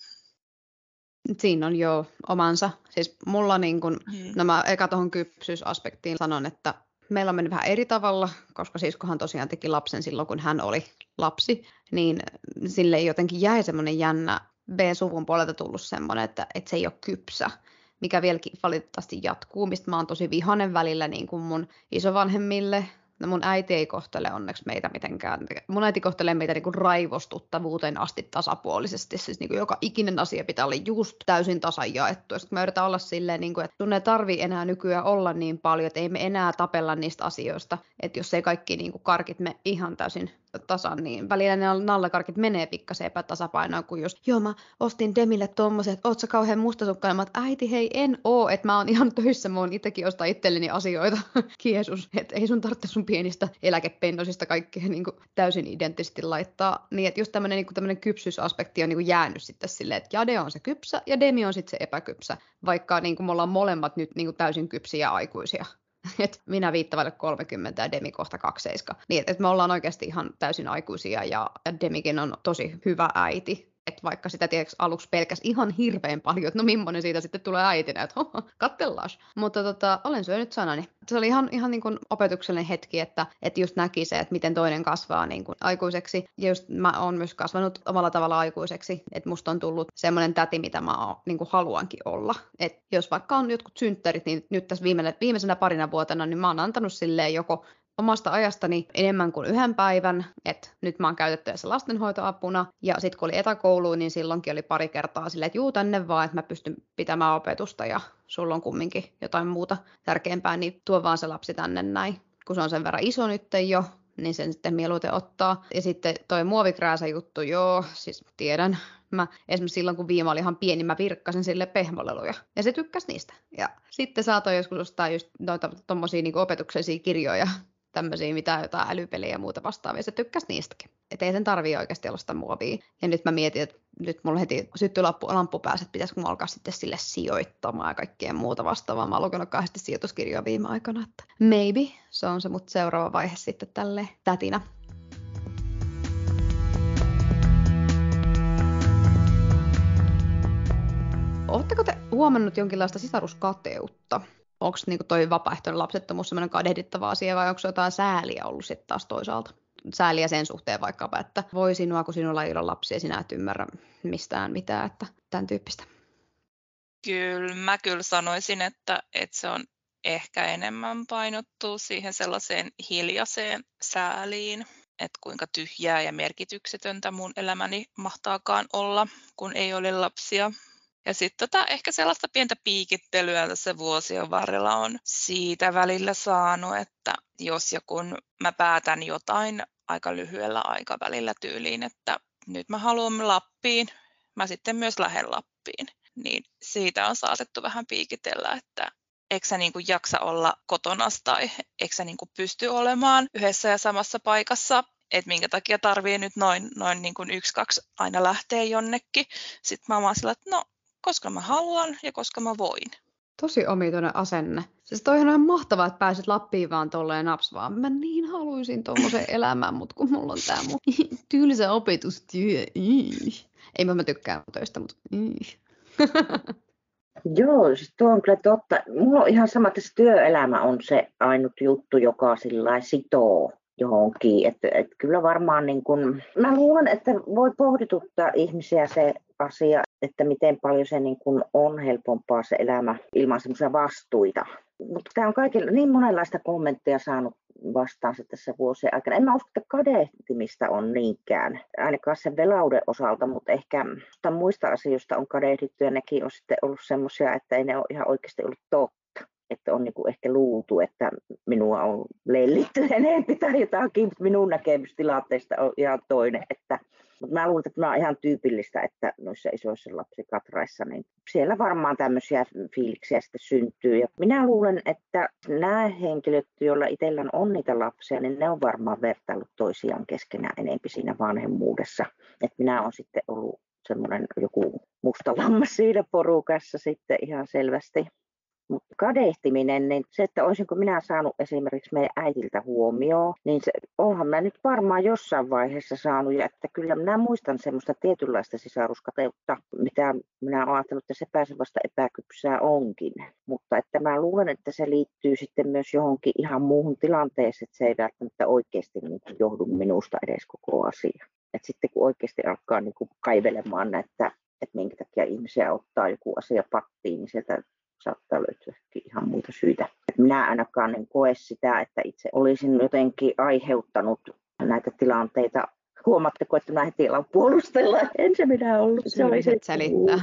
Siinä on jo omansa. Siis mulla niin kun, hmm. no mä eka tuohon kypsyysaspektiin sanon, että meillä on mennyt vähän eri tavalla, koska siskohan tosiaan teki lapsen silloin, kun hän oli lapsi, niin sille jotenkin jäi semmoinen jännä B-suvun puolelta tullut semmoinen, että, että se ei ole kypsä, mikä vieläkin valitettavasti jatkuu, mistä mä oon tosi vihainen välillä niin kuin mun isovanhemmille No mun äiti ei kohtele onneksi meitä mitenkään. Mun äiti kohtelee meitä niinku raivostuttavuuteen asti tasapuolisesti. Siis niinku joka ikinen asia pitää olla just täysin tasan jaettu. Ja sitten mä yritän olla silleen, niinku, että sun ei tarvi enää nykyään olla niin paljon, että ei me enää tapella niistä asioista. Että jos ei kaikki niinku karkit me ihan täysin tasan, niin välillä ne nallakarkit menee pikkasen epätasapainoon, kun jos joo mä ostin Demille tommoset, että oot sä kauhean mustasukkainen, että äiti hei en oo, että mä oon ihan töissä, mä oon itsekin ostaa itselleni asioita, Jeesus, että ei sun tarvitse sun pienistä eläkepennosista kaikkea niin kuin täysin identtisesti laittaa, niin että just tämmönen, niin kuin tämmönen kypsyysaspekti on niin kuin jäänyt sitten silleen, että Jade on se kypsä ja Demi on sitten se epäkypsä, vaikka niin kuin me ollaan molemmat nyt niin kuin täysin kypsiä aikuisia. Et minä viittavalle kolmekymmentä ja Demi kohta kaksikymmentäseitsemän. Niin, että et me ollaan oikeasti ihan täysin aikuisia ja, ja Demikin on tosi hyvä äiti. Että vaikka sitä tiedätkö, aluksi pelkäs ihan hirveän paljon, että no millainen siitä sitten tulee äitinä, että katsellaan. Mutta tota, olen syönyt sanani. Se oli ihan, ihan niin kuin opetuksellinen hetki, että, että just näki se, että miten toinen kasvaa niin kuin aikuiseksi. Ja just mä oon myös kasvanut omalla tavalla aikuiseksi, että musta on tullut semmoinen täti, mitä mä oon, niin kuin haluankin olla. Että jos vaikka on jotkut synttärit, niin nyt tässä viime, viimeisenä parina vuotena, niin mä oon antanut silleen joko omasta ajastani enemmän kuin yhden päivän, että nyt mä oon käytettävissä lastenhoitoapuna, ja sitten kun oli etäkouluun, niin silloinkin oli pari kertaa silleen, että juu tänne vaan, että mä pystyn pitämään opetusta, ja sulla on kumminkin jotain muuta tärkeämpää, niin tuo vaan se lapsi tänne näin. Kun se on sen verran iso nyt jo, niin sen sitten mieluiten ottaa. Ja sitten toi muovikrääsä juttu, joo, siis tiedän. Mä esimerkiksi silloin, kun Viima oli ihan pieni, mä virkkasin sille pehmoleluja. Ja se tykkäsi niistä. Ja sitten saatoin joskus ostaa just noita tommosia niinku opetuksellisia kirjoja, tämmöisiä, mitä jotain älypelejä ja muuta vastaavia, se tykkäsi niistäkin. Että ei sen tarvii oikeasti olla sitä muovia. Ja nyt mä mietin, että nyt mulla heti syttyi lamppu, lamppu päässä, että pitäisikö mulla alkaa sitten sille sijoittamaan ja kaikkea muuta vastaavaa. Mä oon lukenut kahdesti sijoituskirjoja viime aikana, että maybe se on se mut seuraava vaihe sitten tälle tätinä. Oletteko te huomannut jonkinlaista sisaruskateutta? Onko niinku toi vapaaehtoinen lapsettomuus sellainen kadehdittava asia vai onko jotain sääliä ollut sitten taas toisaalta? Sääliä sen suhteen vaikkapa, että voi sinua, kun sinulla ei ole lapsia, sinä et ymmärrä mistään mitään, että tämän tyyppistä. Kyllä, mä kyllä sanoisin, että, että se on ehkä enemmän painottuu siihen sellaiseen hiljaiseen sääliin, että kuinka tyhjää ja merkityksetöntä mun elämäni mahtaakaan olla, kun ei ole lapsia. Ja sitten tota, ehkä sellaista pientä piikittelyä tässä vuosien varrella on siitä välillä saanut, että jos ja kun mä päätän jotain aika lyhyellä aikavälillä tyyliin, että nyt mä haluan Lappiin, mä sitten myös lähden Lappiin, niin siitä on saatettu vähän piikitellä, että eikö sä niin kuin jaksa olla kotonas tai eikö sä niin kuin pysty olemaan yhdessä ja samassa paikassa, että minkä takia tarvii nyt noin, noin niin kuin yksi, kaksi aina lähteä jonnekin. Sitten mä oon sillä, että no, koska mä haluan ja koska mä voin. Tosi omituinen asenne. Siis toi on ihan mahtavaa, että pääsit Lappiin vaan tolleen naps vaan. Mä niin haluaisin tommosen elämän, mutta kun mulla on tää mun tylsä opetustyö. Ei mä tykkään töistä, mutta Joo, siis tuo on kyllä totta. Mulla on ihan sama, että se työelämä on se ainut juttu, joka sillä sitoo johonkin. Että, että kyllä varmaan niin kun, mä luulen, että voi pohdituttaa ihmisiä se asia, että miten paljon se niin kun on helpompaa se elämä ilman semmoisia vastuita. Mutta tämä on kaikilla niin monenlaista kommenttia saanut vastaansa tässä vuosien aikana. En mä usko, että kadehtimista on niinkään, ainakaan sen velauden osalta, mutta ehkä muista asioista on kadehdittu ja nekin on sitten ollut semmoisia, että ei ne ole ihan oikeasti ollut totta. Että on niinku ehkä luultu, että minua on lellitty enemmän tai jotakin, mutta minun näkemystilanteesta on ihan toinen. Että, mutta mä luulen, että tämä on ihan tyypillistä, että noissa isoissa lapsikatraissa, niin siellä varmaan tämmöisiä fiiliksiä sitten syntyy. Ja minä luulen, että nämä henkilöt, joilla itsellään on niitä lapsia, niin ne on varmaan vertaillut toisiaan keskenään enemmän siinä vanhemmuudessa. Että minä olen sitten ollut semmoinen joku musta lammas siinä porukassa sitten ihan selvästi. Mutta kadehtiminen, niin se, että olisinko minä saanut esimerkiksi meidän äitiltä huomioon, niin se, onhan mä nyt varmaan jossain vaiheessa saanut, ja että kyllä minä muistan semmoista tietynlaista sisaruskateutta, mitä minä olen ajatellut, että se pääse vasta epäkypsää onkin. Mutta että mä luulen, että se liittyy sitten myös johonkin ihan muuhun tilanteeseen, että se ei välttämättä oikeasti niin johdu minusta edes koko asia. Että sitten kun oikeasti alkaa niin kuin kaivelemaan näitä, että minkä takia ihmisiä ottaa joku asia pattiin, niin sieltä saattaa löytyä ihan muita syitä. Et minä ainakaan en koe sitä, että itse olisin jotenkin aiheuttanut näitä tilanteita. Huomaatteko, että minä heti alan puolustella? En se minä ollut. Syylliset selittää.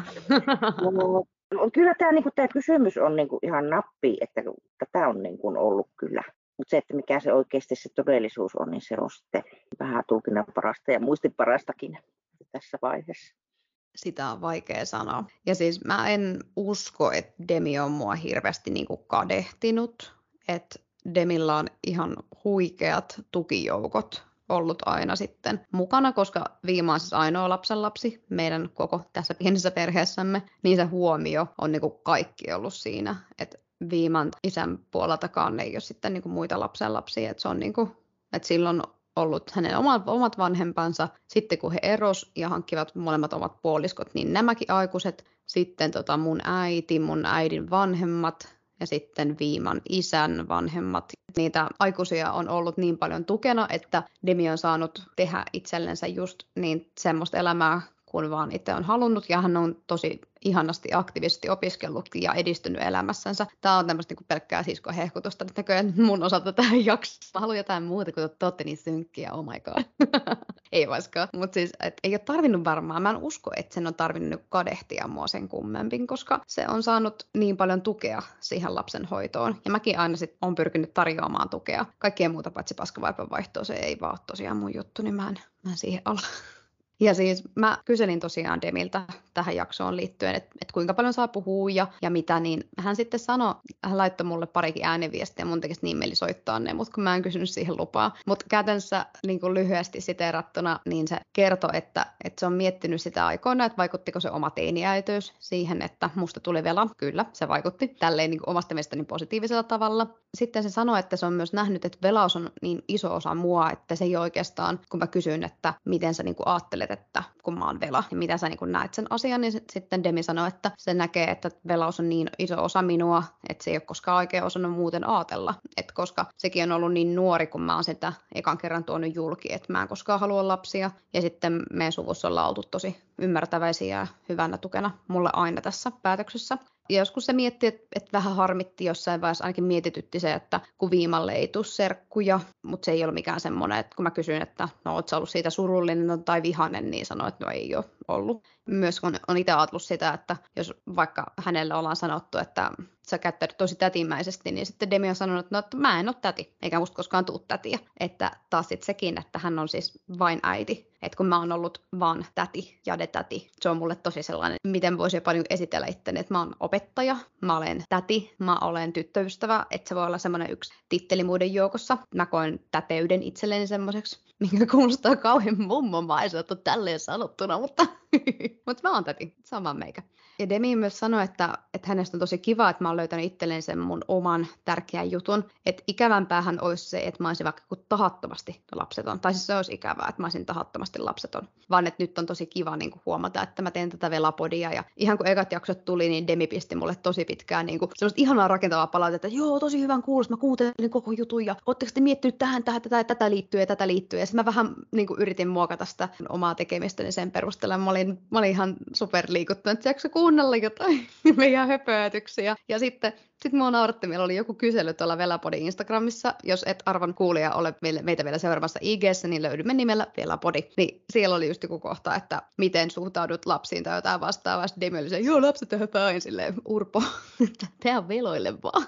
No, kyllä tämä, niin kuin, tämä kysymys on niin kuin, ihan nappi, että tätä on niin kuin, ollut kyllä. Mutta se, että mikä se oikeasti se todellisuus on, niin se on sitten vähän tulkinnan parasta ja muistin parastakin tässä vaiheessa. Sitä on vaikea sanoa. Ja siis mä en usko, että Demi on mua hirveästi niinku kadehtinut. Että Demillä on ihan huikeat tukijoukot ollut aina sitten mukana, koska Viima on siis ainoa lapsenlapsi meidän koko tässä pienessä perheessämme, niin se huomio on niinku kaikki ollut siinä, että Viiman isän puoleltakaan ei ole sitten niinku muita lapsenlapsia, että se on niinku, että silloin ollut hänen omat, omat vanhempansa, sitten kun he eros ja hankkivat molemmat omat puoliskot, niin nämäkin aikuiset, sitten tota mun äiti, mun äidin vanhemmat ja sitten Viiman isän vanhemmat. Niitä aikuisia on ollut niin paljon tukena, että Demi on saanut tehdä itsellensä just niin semmoista elämää, kun vaan itse on halunnut, ja hän on tosi ihanasti aktiivisesti opiskellut ja edistynyt elämässänsä. Tämä on tämmöistä niin pelkkää siskohehkutusta, että näköjään mun osalta tähän jaksoon. Mä haluan jotain muuta, kun te olette niin synkkiä, oh my god. Ei vaiskaan. Mutta siis, et ei ole tarvinnut varmaan, mä en usko, että sen on tarvinnut kadehtia mua sen kummempin, koska se on saanut niin paljon tukea siihen lapsen hoitoon. Ja mäkin aina sit on pyrkinyt tarjoamaan tukea. Kaikkea muuta paitsi paskavaipan vaihtoa, se ei vaan ole tosiaan mun juttu, niin mä en, mä en siihen ala. Ja siis mä kyselin tosiaan Demiltä tähän jaksoon liittyen, että, että kuinka paljon saa puhua ja, ja mitä, niin hän sitten sanoi, hän laittoi mulle parikin ääniviestiä, mun tekisi niin mieli soittaa ne, mutta kun mä en kysynyt siihen lupaa. Mutta käytännössä niin kuin lyhyesti siteerattuna, niin se kertoi, että, että se on miettinyt sitä aikoina, että vaikuttiko se oma teiniäityys siihen, että musta tuli vela. Kyllä, se vaikutti tälleen niin kuin omasta mielestäni positiivisella tavalla. Sitten se sanoi, että se on myös nähnyt, että velaus on niin iso osa mua, että se ei oikeastaan, kun mä kysyin, että miten sä niin kuin ajattelet, että kun mä oon vela, niin mitä sä niin kun näet sen asian, niin sitten Demi sanoi, että se näkee, että velaus on niin iso osa minua, että se ei ole koskaan oikein osannut muuten ajatella, että koska sekin on ollut niin nuori, kun mä oon sitä ekan kerran tuonut julki, että mä en koskaan halua lapsia, ja sitten meidän suvussa ollaan oltu tosi ymmärtäväisiä ja hyvänä tukena mulle aina tässä päätöksessä. Ja joskus se mietti, että, että vähän harmitti jossain vaiheessa, ainakin mietitytti se, että kun Viimalle ei tule serkkuja, mutta se ei ole mikään semmoinen, että kun mä kysyin, että no oot sä ollut siitä surullinen tai vihainen, niin sanoi, että no ei ole ollut. Myös kun on itse ajatellut sitä, että jos vaikka hänelle ollaan sanottu, että sä käyttäydyt tosi tätimäisesti, niin sitten Demi on sanonut, että, no, että mä en ole täti, eikä musta koskaan tuu tätiä. Että taas sitten sekin, että hän on siis vain äiti. Että kun mä oon ollut vaan täti, jadetäti, se on mulle tosi sellainen, miten voisi jopa niin esitellä itteni, että mä oon opettaja, mä olen täti, mä olen tyttöystävä, että se voi olla semmoinen yksi titteli muiden joukossa. Mä koen täteyden itselleni semmoiseksi, mikä kuulostaa kauhean mummomaiselta tälleen sanottuna, mutta, mutta mä oon täti, sama meikä. Ja Demi myös sanoi, että, että hänestä on tosi kiva, että mä oon löytänyt itselleen sen mun oman tärkeän jutun. Että ikävämpäähän olisi se, että mä olisin vaikka tahattomasti lapseton. Tai siis se olisi ikävää, että mä olisin tahattomasti lapseton. Vaan että nyt on tosi kiva niin kuin huomata, että mä teen tätä velapodia. Ja ihan kun ekat jaksot tuli, niin Demi pisti mulle tosi pitkään niin kuin semmoista ihanaa rakentavaa palautetta, että joo, tosi hyvän kuulosta, mä kuuntelin koko jutun. Ja ootteko te miettinyt tähän, tähän, tätä, tätä liittyen ja tätä liittyen. Ja sitten mä vähän niin kuin yritin muokata sitä omaa tekemistäni sen perusteella. Mä olin, mä olin ihan superliikuttunut, että jakso kuunnella jotain meidän höpöötyksiä. Ja sitten sit mua nauratti, meillä oli joku kysely tuolla Velapodin Instagramissa. Jos et arvon kuulija ole meitä vielä seuraamassa I G:ssä, niin löydymme nimellä Velapodi. Niin siellä oli just joku kohta, että miten suhtaudut lapsiin tai jotain vastaavaa. Demi oli se, joo lapset on höpöin, silleen Urpo, tää on veloille vaan.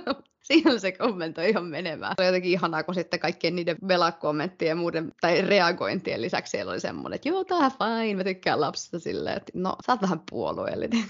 Siinä se kommentoi ihan menemään. Se oli jotenkin ihanaa, kun sitten kaikkien niiden velakommenttien ja muiden, tai reagointien lisäksi siellä oli semmoinen, että joo, tää on fine, mä tykkään lapsista silleen, että no, sä oot vähän puolueellinen.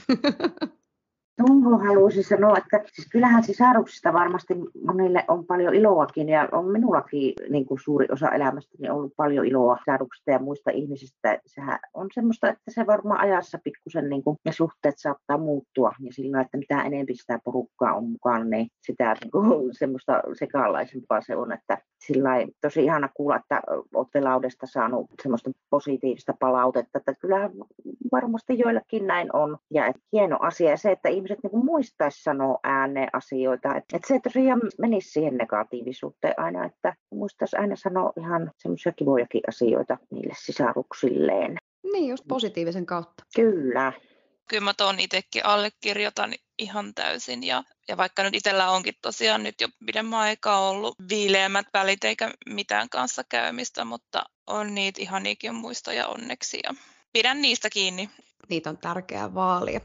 Tuohon haluaisin sanoa, että siis kyllähän sisaruksista varmasti monille on paljon iloakin ja on minullakin niin kuin suuri osa elämästäni ollut paljon iloa sisaruksista ja muista ihmisistä. Sehän on semmoista, että se varmaan ajassa pikkusen niin kuin, ne suhteet saattaa muuttua ja sillä, että mitä enemmän sitä porukkaa on mukaan, niin sitä niin kuin, semmoista sekaalaisempaa se on, että sillä tosi ihana kuulla, että olet velaudesta saanut semmoista positiivista palautetta, että kyllähän varmasti joillakin näin on ja et hieno asia se, että ihmiset niin kuin muistaisi sanoa ääneen asioita, että et se tosiaan menisi siihen negatiivisuuteen aina, että muistaisi aina sanoa ihan semmoisia kivojakin asioita niille sisaruksilleen. Niin, just positiivisen kautta. Kyllä. Kyllä mä tuon itsekin allekirjoitan ihan täysin. Ja, ja vaikka nyt itsellä onkin tosiaan nyt jo pidemmän aikaa ollut viileämmät välit eikä mitään kanssa käymistä, mutta on niitä ihaniakin muistoja onneksi ja pidän niistä kiinni. Niitä on tärkeää vaalia.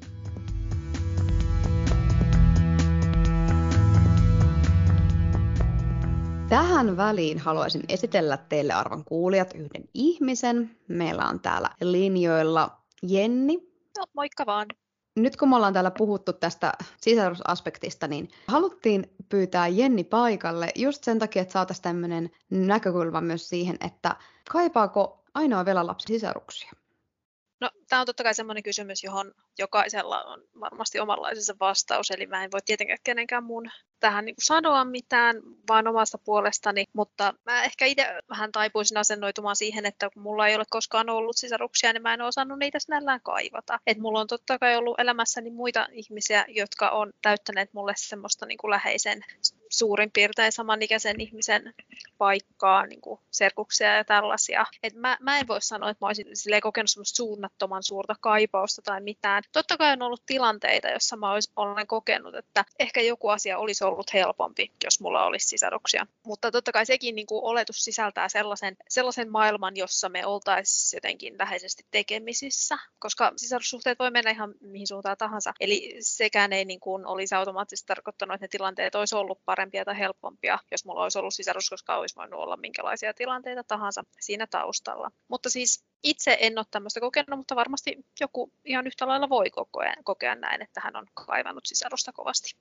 Tähän väliin haluaisin esitellä teille, arvon kuulijat, yhden ihmisen. Meillä on täällä linjoilla Jenni. No, moikka vaan. Nyt kun me ollaan täällä puhuttu tästä sisarusaspektista, niin haluttiin pyytää Jenni paikalle just sen takia, että saataisiin tämmöinen näkökulma myös siihen, että kaipaako ainoa vielä lapsi sisaruksia? No, tämä on totta kai semmoinen kysymys, johon jokaisella on varmasti omanlaisensa vastaus, eli mä en voi tietenkään kenenkään muun tähän niin kuin sanoa mitään, vaan omasta puolestani, mutta mä ehkä itse vähän taipuisin asennoitumaan siihen, että kun mulla ei ole koskaan ollut sisaruksia, niin mä en ole osannut niitä sinällään kaivata. Et mulla on totta kai ollut elämässäni muita ihmisiä, jotka on täyttäneet mulle semmoista niin kuin läheisen, suurin piirtein samanikäisen ihmisen paikkaa, niin kuin serkuksia ja tällaisia. Et mä, mä en voi sanoa, että mä olisin silleen kokenut semmoista suunnattoman suurta kaipausta tai mitään. Totta kai on ollut tilanteita, joissa mä olis, olen kokenut, että ehkä joku asia olisi ollut helpompi, jos mulla olisi sisaruksia. Mutta totta kai sekin niin kuin oletus sisältää sellaisen, sellaisen maailman, jossa me oltaisiin jotenkin läheisesti tekemisissä, koska sisarussuhteet voi mennä ihan mihin suuntaan tahansa. Eli sekään ei niin kuin olisi automaattisesti tarkoittanut, että ne tilanteet olisi ollut parempia tai helpompia, jos mulla olisi ollut sisarus, koska olisi voinut olla minkälaisia tilanteita tahansa siinä taustalla. Mutta siis itse en ole tämmöistä kokenut, mutta varmasti joku ihan yhtä lailla voi kokea, kokea näin, että hän on kaivannut sisarusta kovasti.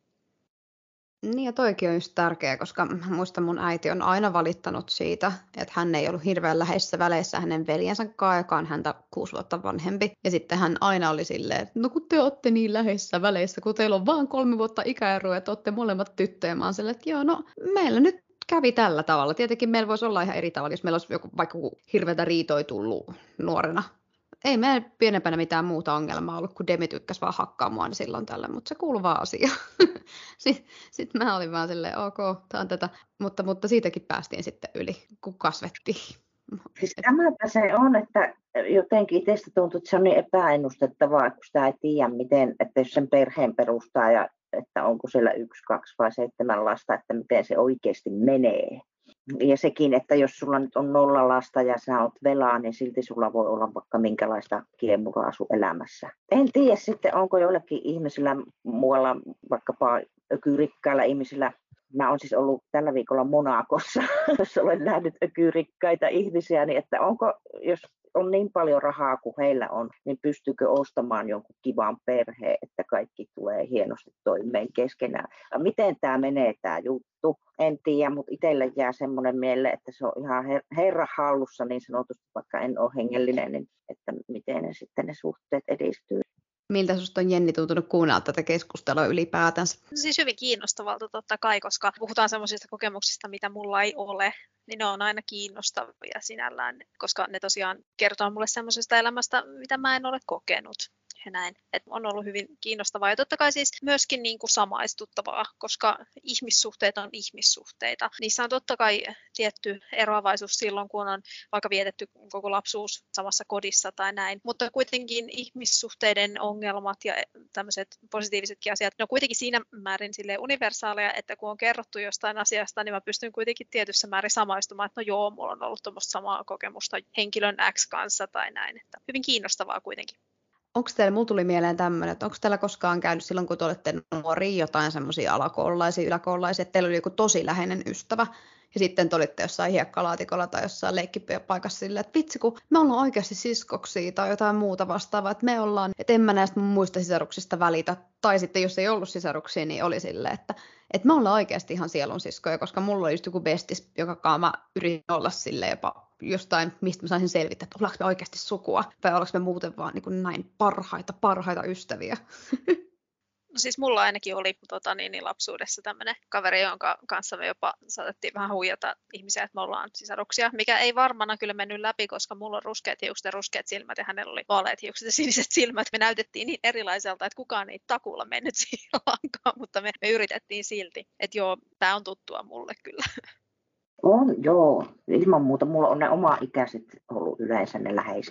Niin ja toikin on just tärkeää, koska muista mun äiti on aina valittanut siitä, että hän ei ollut hirveän läheisissä väleissä hänen veljensä kanssa, joka on häntä kuusi vuotta vanhempi. Ja sitten hän aina oli silleen, että no kun te olette niin läheisissä väleissä, kun teillä on vaan kolme vuotta ikäeroa, että olette molemmat tyttöjä. Mä oon silleen, että joo, no meillä nyt kävi tällä tavalla. Tietenkin meillä voisi olla ihan eri tavalla, jos meillä olisi joku, vaikka hirveätä riitoja tullut nuorena. Ei meillä pienempänä mitään muuta ongelmaa ollut, kun Demi tykkäsi vaan hakkaa mua niin silloin tällä, mutta se kuului vaan asiaan. Sitten sit mä olin vaan silleen, ok, tää on tätä, mutta, mutta siitäkin päästiin sitten yli, kun kasvettiin. Siis tämäpä se on, että jotenkin itsestä tuntuu, että se on niin epäennustettavaa, kun sitä ei tiedä, miten, että jos sen perheen perustaa ja että onko siellä yksi, kaksi vai seitsemän lasta, että miten se oikeasti menee. Ja sekin, että jos sulla nyt on nolla lasta ja sä oot velaa, niin silti sulla voi olla vaikka minkälaista kiemuraa sun elämässä. En tiedä sitten, onko joillekin ihmisillä muualla, vaikkapa ökyrikkailla ihmisillä. Mä oon siis ollut tällä viikolla Monacossa, jos olen nähnyt ökyrikkaita ihmisiä, niin että onko, jos on niin paljon rahaa kuin heillä on, niin pystyykö ostamaan jonkun kivan perheen, että kaikki tulee hienosti toimeen keskenään. Miten tämä menee tämä juttu? En tiedä, mutta itselle jää semmoinen mieleen, että se on ihan her- herran hallussa niin sanotusti, vaikka en ole hengellinen, niin että miten ne sitten ne suhteet edistyy. Miltä sinusta on, Jenni, tuntunut kuunnella tätä keskustelua ylipäätänsä? Siis hyvin kiinnostavalta totta kai, koska puhutaan semmoisista kokemuksista, mitä mulla ei ole, niin ne on aina kiinnostavia sinällään, koska ne tosiaan kertoo mulle semmoisesta elämästä, mitä mä en ole kokenut. Ja näin. Et on ollut hyvin kiinnostavaa ja totta kai siis myöskin niin kuin samaistuttavaa, koska ihmissuhteet on ihmissuhteita. Niissä on totta kai tietty eroavaisuus silloin, kun on vaikka vietetty koko lapsuus samassa kodissa tai näin, mutta kuitenkin ihmissuhteiden ongelmat ja tämmöiset positiivisetkin asiat, ne on kuitenkin siinä määrin silleen universaaleja, että kun on kerrottu jostain asiasta, niin mä pystyn kuitenkin tietyssä määrin samaistumaan, että no joo, mulla on ollut tuommoista samaa kokemusta henkilön X kanssa tai näin, että hyvin kiinnostavaa kuitenkin. Onko teillä, mulla tuli mieleen tämmöinen, että onko teillä koskaan käynyt silloin, kun te olette nuoria, jotain semmoisia alakoululaisia, yläkoululaisia, että teillä oli joku tosi läheinen ystävä, ja sitten te olitte jossain hiekkalaatikolla tai jossain leikkipaikassa silleen, että vitsi, kun me ollaan oikeasti siskoksia tai jotain muuta vastaavaa, että me ollaan, että en mä näistä mun muista sisaruksista välitä, tai sitten jos ei ollut sisaruksia, niin oli silleen, että, että me ollaan oikeasti ihan sielun siskoja, koska mulla oli just joku bestis, joka mä yritin olla silleen jopa jostain, mistä mä saisin selvittää, että ollaanko me oikeasti sukua, vai ollaanko me muuten vaan niin kuin näin parhaita, parhaita ystäviä. No siis mulla ainakin oli tota, niin, niin lapsuudessa tämmöinen kaveri, jonka kanssa me jopa saatettiin vähän huijata ihmisiä, että me ollaan sisaruksia, mikä ei varmana kyllä mennyt läpi, koska mulla on ruskeat hiukset ja ruskeat silmät ja hänellä oli vaaleat hiukset ja siniset silmät. Me näytettiin niin erilaiselta, että kukaan ei takuulla mennyt siihen lankaan, mutta me, me yritettiin silti. Että joo, tää on tuttua mulle kyllä. On, joo. Ilman muuta mulla on ne oma ikäiset ollut yleensä ne läheisimmät.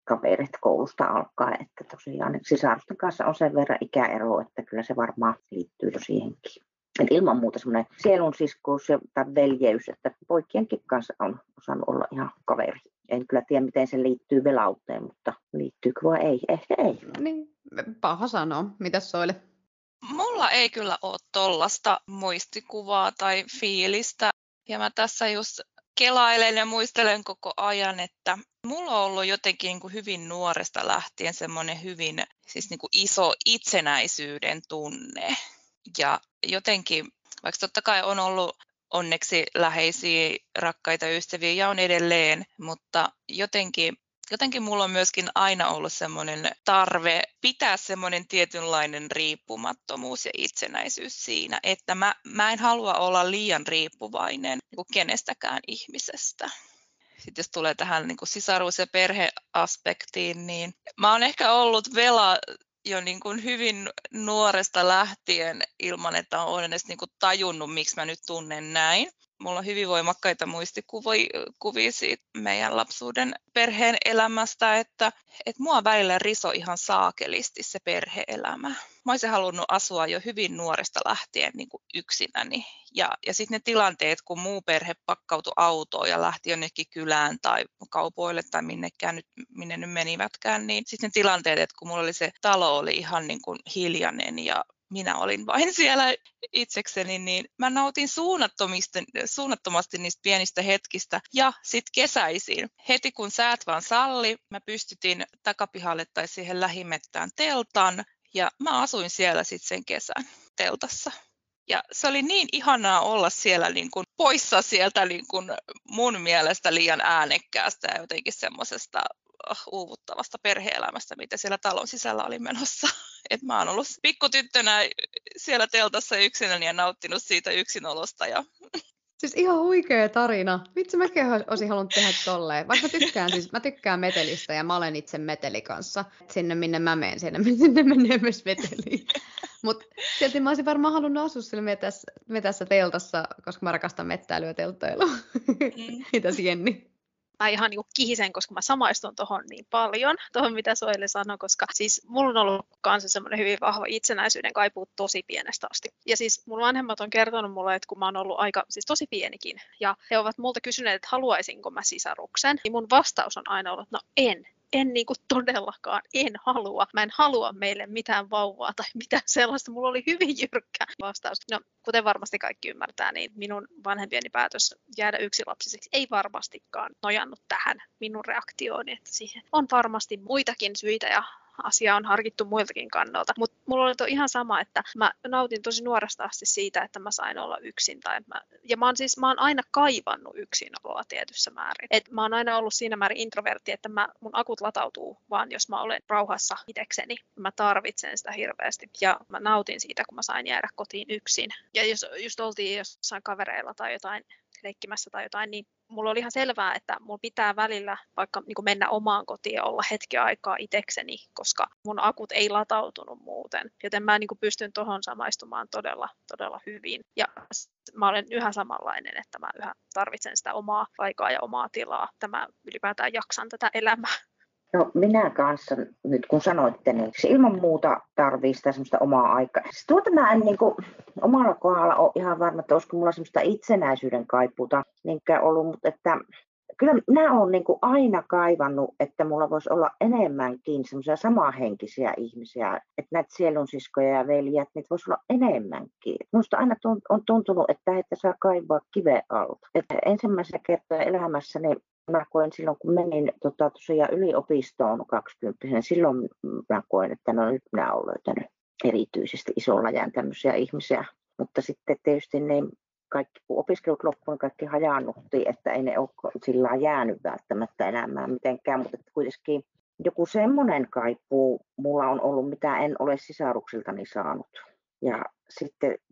kaverit koulusta alkaen, että tosiaan sisarusten kanssa on sen verran ikäero, että kyllä se varmaan liittyy jo siihenkin. Et ilman muuta semmoinen sielunsiskous tai veljeys, että poikienkin kanssa on osannut olla ihan kaveri. En kyllä tiedä, miten se liittyy velauteen, mutta liittyykö vai ei? Ehkä ei. Niin, paha sanoa. Mitäs Soile? Mulla ei kyllä ole tollasta muistikuvaa tai fiilistä. Ja mä tässä just kelailen ja muistelen koko ajan, että mulla on ollut jotenkin niin kuin hyvin nuoresta lähtien semmoinen hyvin siis niin kuin iso itsenäisyyden tunne. Ja jotenkin, vaikka totta kai on ollut onneksi läheisiä, rakkaita ystäviä ja on edelleen, mutta jotenkin, jotenkin mulla on myöskin aina ollut semmoinen tarve pitää semmoinen tietynlainen riippumattomuus ja itsenäisyys siinä, että mä, mä en halua olla liian riippuvainen niin kuin kenestäkään ihmisestä. Sitten jos tulee tähän niin kuin sisaruus- ja perheaspektiin, niin mä oon ehkä ollut vela jo niin kuin hyvin nuoresta lähtien ilman, että olen edes niin kuin tajunnut, miksi mä nyt tunnen näin. Mulla on hyvin voimakkaita muistikuvia siitä meidän lapsuuden perheen elämästä, että, että mua välillä riso ihan saakelisti se perhe-elämä. Mä olisin halunnut asua jo hyvin nuoresta lähtien niin kuin yksinäni. Ja, ja sitten ne tilanteet, kun muu perhe pakkautui autoon ja lähti jonnekin kylään tai kaupoille tai minnekään nyt, minne nyt menivätkään, niin sitten ne tilanteet, että kun mulla oli se talo oli ihan niin kuin hiljainen ja minä olin vain siellä itsekseni, niin mä nautin suunnattomasti niistä pienistä hetkistä. Ja sitten kesäisin, heti kun säät vaan salli, mä pystytin takapihalle tai siihen lähimettään teltan, ja mä asuin siellä sitten sen kesän teltassa. Ja se oli niin ihanaa olla siellä niin kuin poissa sieltä niin kuin mun mielestä liian äänekkäästä ja jotenkin semmoisesta uuvuttavasta perhe-elämästä, mitä siellä talon sisällä oli menossa. Et mä oon ollut pikkutyttönä siellä teltassa yksinäni ja nauttinut siitä yksinolosta. Ja... Siis ihan huikea tarina. Vitsi, mäkin olisin halunnut tehdä tolleen. Vaikka mä tykkään, siis, mä tykkään metelistä ja mä olen itse meteli kanssa. Sinne minne mä menen, sinne, sinne menee myös meteliin. Mutta silti mä olisin varmaan halunnut asua siellä metässä, metässä teltassa, koska mä rakastan mettäilyä ja telttailua. Mm. Mitäs Jenni? Mä ihan niin kuin kihisen, koska mä samaistun tuohon niin paljon, tuohon mitä Soile sanoi, koska siis mulla on ollut kanssa semmoinen hyvin vahva itsenäisyyden kaipuu tosi pienestä asti. Ja siis mun vanhemmat on kertonut mulle, että kun mä oon ollut aika, siis tosi pienikin, ja he ovat multa kysyneet, että haluaisinko mä sisaruksen, niin mun vastaus on aina ollut, että no en. En niin kuin todellakaan, en halua. Mä en halua meille mitään vauvaa tai mitään sellaista. Mulla oli hyvin jyrkkä vastaus. No, kuten varmasti kaikki ymmärtää, niin minun vanhempieni päätös jäädä yksilapsiseksi ei varmastikaan nojannut tähän minun reaktiooni. Että siihen on varmasti muitakin syitä ja asia on harkittu muiltakin kannalta. Mutta mulla oli to ihan sama, että mä nautin tosi nuoresta asti siitä, että mä sain olla yksin. Tai mä, ja mä oon siis mä oon aina kaivannut yksinoloa tietyssä määrin. Et mä oon aina ollut siinä määrin introvertti, että mä, mun akut latautuu vaan, jos mä olen rauhassa itsekseni. Mä tarvitsen sitä hirveästi. Ja mä nautin siitä, kun mä sain jäädä kotiin yksin. Ja jos just oltiin jossain kavereilla tai jotain leikkimässä tai jotain, niin mulla oli ihan selvää, että mulla pitää välillä vaikka niin kuin mennä omaan kotiin ja olla hetki aikaa itsekseni, koska mun akut ei latautunut muuten. Joten mä niin kuin pystyn tuohon samaistumaan todella, todella hyvin. Ja mä olen yhä samanlainen, että mä yhä tarvitsen sitä omaa aikaa ja omaa tilaa. Tämä ylipäätään jaksan tätä elämää. No minä kanssa, nyt kun sanoitte, niin se ilman muuta tarvii sitä semmoista omaa aikaa. Siis tuota mä en niin kuin, omalla kohdalla ole ihan varma, että olisiko mulla semmoista itsenäisyyden kaipuuta niinkään ollut, mutta että kyllä minä olen niin kuin aina kaivannut, että mulla voisi olla enemmänkin semmoisia samanhenkisiä ihmisiä, että näitä sielunsiskoja ja veljiä, että niitä voisi olla enemmänkin. Minusta aina on tuntunut, että heitä saa kaivaa kiven alta. Että ensimmäisenä kertaa elämässäni mä koen silloin, kun menin tota, tosiaan yliopistoon kaksikymppisenä, silloin mä koen, että no nyt minä olen löytänyt erityisesti isolla jään tämmöisiä ihmisiä. Mutta sitten tietysti ne kaikki, kun opiskelut loppuun, niin kaikki hajannuttiin, että ei ne ole sillä jäänyt välttämättä elämään mitenkään, mutta kuitenkin joku semmoinen kaipuu mulla on ollut, mitä en ole sisaruksiltani saanut. Ja sitten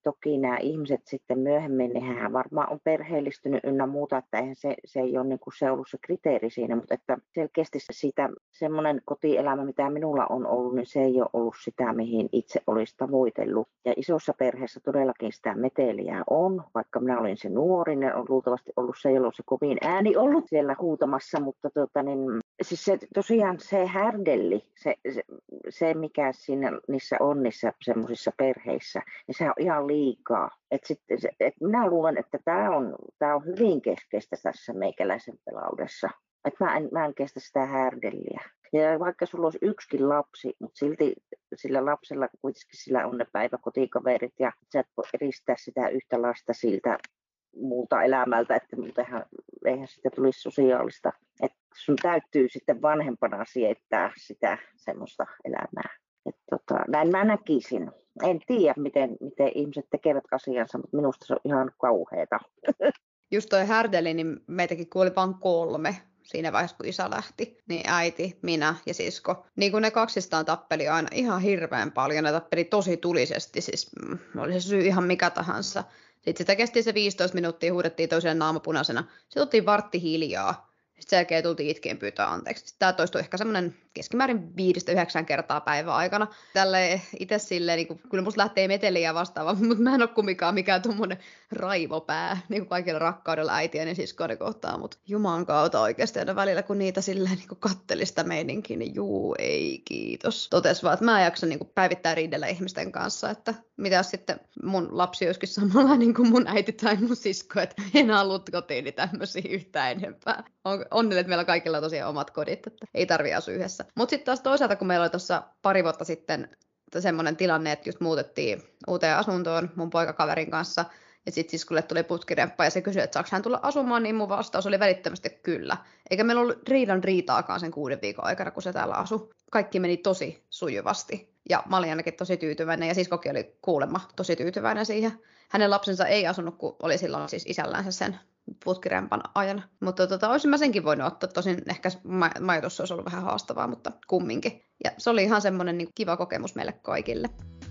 toki nämä ihmiset sitten myöhemmin, niin hän varmaan on perheellistynyt ynnä muuta, että eihän se, se ei ole niin kuin se ollut se kriteeri siinä, mutta että selkeästi sitä semmoinen kotielämä, mitä minulla on ollut, niin se ei ole ollut sitä, mihin itse olisi tavoitellut. Ja isossa perheessä todellakin sitä meteliä on, vaikka minä olin se nuorinen, on luultavasti ollut se, jolloin se kovin ääni ollut siellä huutamassa, mutta tota niin, siis se, tosiaan se härdelli, se, se, se mikä siinä, niissä on niissä semmoisissa perheissä, niin se on ihan liikaa. Et sit, se, et minä luulen, että tämä on, tää on hyvin keskeistä tässä meikäläisen pelaudessa. Että mä en, mä en kestä sitä härdelliä. Ja vaikka sulla olisi yksikin lapsi, mutta silti sillä lapsella kuitenkin sillä on ne päiväkotikaverit ja sä et voi eristää sitä yhtä lasta siltä muulta elämältä, että muutenhan eihän sitä tulisi sosiaalista. Että sun täytyy sitten vanhempana sietää sitä semmoista elämää. Et tota, näin mä näkisin. En tiedä, miten, miten ihmiset tekevät asiansa, mutta minusta se on ihan kauheata. Just toi härdeli, niin meitäkin kuoli vain kolme siinä vaiheessa, kun isä lähti. Niin äiti, minä ja sisko. Niin kun ne kaksistaan tappeli aina ihan hirveän paljon. Ne tappeli tosi tulisesti, siis oli se syy ihan mikä tahansa. Sitten sitä kesti se viisitoista minuuttia, huudettiin toiseen naamapunaisena. Sitten oltiin vartti hiljaa. Sitten sen jälkeen tultiin itkeen pyytää anteeksi. Sitten tämä toistui ehkä semmoinen keskimäärin viidestä yhdeksän kertaa päivän aikana. Tälle itse silleen, niin kuin, kyllä musta lähtee meteliä vastaava, mutta mä en ole kumminkaan mikään tuommoinen raivopää, niin kuin kaikilla rakkaudella äitiä ja siskoiden kohtaan. Mutta juman kautta oikeasti aina välillä, kun niitä silleen niin katteli sitä meininkiä, niin juu, ei kiitos. Totes vaan, että mä en jaksa niin kuin päivittää riidellä ihmisten kanssa, että mitä sitten mun lapsi olisikin samalla niin kuin mun äiti tai mun sisko, että en ollut kotiin niin tämmöisiä yhtään enempää. On, onnelle, että meillä kaikilla on tosiaan omat kodit, että ei tarvitse asua yhdessä. Mutta sitten taas toisaalta, kun meillä oli tuossa pari vuotta sitten semmoinen tilanne, että just muutettiin uuteen asuntoon mun poikakaverin kanssa, ja sitten siskolle tuli putkiremppa, ja se kysyi, että saako hän tulla asumaan, niin mun vastaus oli välittömästi kyllä. Eikä meillä ollut riidan riitaakaan sen kuuden viikon aikana, kun se täällä asui. Kaikki meni tosi sujuvasti, ja mä olin ainakin tosi tyytyväinen, ja siskokin oli kuulemma tosi tyytyväinen siihen. Hänen lapsensa ei asunut, kun oli silloin siis isällänsä sen putkirempan ajan. Mutta tota, olisin mä senkin voinut ottaa. Tosin ehkä majoitussa olisi ollut vähän haastavaa, mutta kumminkin. Ja se oli ihan semmoinen niin kiva kokemus meille kaikille.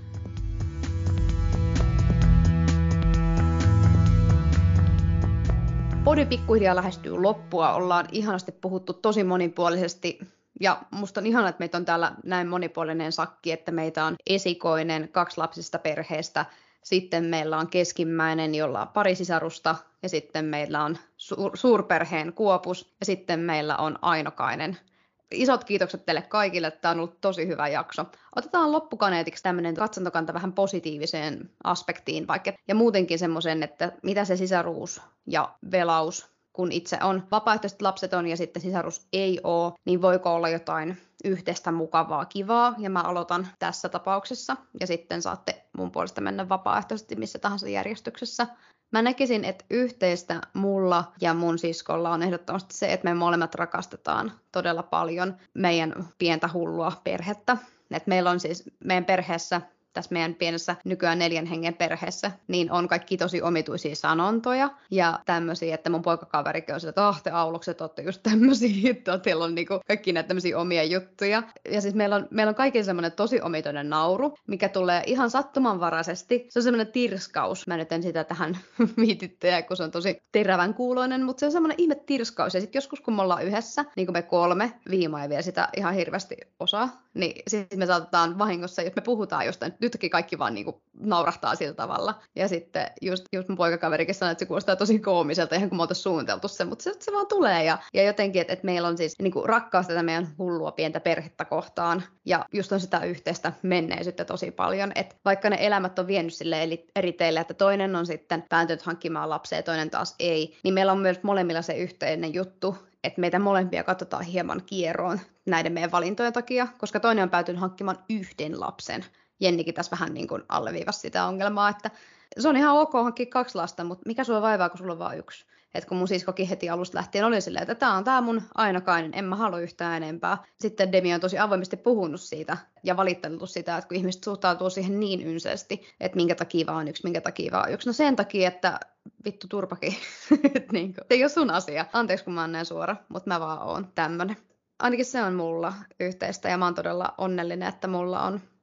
Podi pikkuhiljaa lähestyy loppua. Ollaan ihanasti puhuttu tosi monipuolisesti. Ja musta on ihana, että meitä on täällä näin monipuolinen sakki, että meitä on esikoinen kaksilapsisesta perheestä. Sitten meillä on keskimmäinen, jolla on pari sisarusta, ja sitten meillä on suur- suurperheen Kuopus, ja sitten meillä on Ainokainen. Isot kiitokset teille kaikille, että tämä on ollut tosi hyvä jakso. Otetaan loppukaneetiksi tämmöinen katsontokanta vähän positiiviseen aspektiin vaikka, ja muutenkin semmoisen, että mitä se sisaruus ja velaus, kun itse on vapaaehtoiset lapset on ja sitten sisarus ei ole, niin voiko olla jotain yhteistä mukavaa kivaa, ja mä aloitan tässä tapauksessa, ja sitten saatte mun puolesta mennä vapaaehtoisesti missä tahansa järjestyksessä. Mä näkisin, että yhteistä mulla ja mun siskolla on ehdottomasti se, että me molemmat rakastetaan todella paljon meidän pientä hullua perhettä. Et meillä on siis meidän perheessä, tässä meidän pienessä nykyään neljän hengen perheessä, niin on kaikki tosi omituisia sanontoja ja tämmöisiä, että mun poikakaverikin on sillä, että ah, te aulukset olette just tämmöisiä, että teillä on niinku kaikki näitä tämmöisiä omia juttuja. Ja siis meillä on, meillä on kaikilla semmoinen tosi omituinen nauru, mikä tulee ihan sattumanvaraisesti. Se on semmoinen tirskaus. Mä nyt en sitä tähän viitittää, kun se on tosi terävän kuuloinen, mutta se on semmoinen ihme tirskaus. Ja sitten joskus, kun me ollaan yhdessä, niin kuin me kolme, Viima ei vielä sitä ihan hirveästi osaa, niin sitten me saatetaan vahingossa, jos me puhutaan jostain, nytkin kaikki vaan niinku naurahtaa sillä tavalla. Ja sitten just, just mun poikakaverikin sanoi, että se kuulostaa tosi koomiselta, ihan kun me oltaisiin suunniteltu se, mutta se, se vaan tulee. Ja, ja jotenkin, että, että meillä on siis niinku rakkaus tätä meidän hullua pientä perhettä kohtaan. Ja just on sitä yhteistä menneisyyttä tosi paljon. Että vaikka ne elämät on vienyt sille eri teille, että toinen on sitten päätynyt hankkimaan lapsia ja toinen taas ei, niin meillä on myös molemmilla se yhteinen juttu, että meitä molempia katsotaan hieman kieroon näiden meidän valintojen takia, koska toinen on päätynyt hankkimaan yhden lapsen. Jennikin tässä vähän niin kuin alleviivasi sitä ongelmaa, että se on ihan ok hankkia kaksi lasta, mutta mikä sua vaivaa, kun sulla on vain yksi. Että kun mun siskokin heti alusta lähtien oli silleen, että tämä on tämä mun Ainokainen, en mä halua yhtään enempää. Sitten Demi on tosi avoimesti puhunut siitä ja valittanut sitä, että kun ihmiset suhtautuu siihen niin ynseesti, että minkä takia vaan yksi, minkä takia vaan yksi. No sen takia, että vittu turpakin. niin kuin, se ei ole sun asia. Anteeksi, kun mä oon näin suora, mutta mä vaan oon tämmönen. Ainakin se on mulla yhteistä ja mä oon todella onnellinen, että mulla on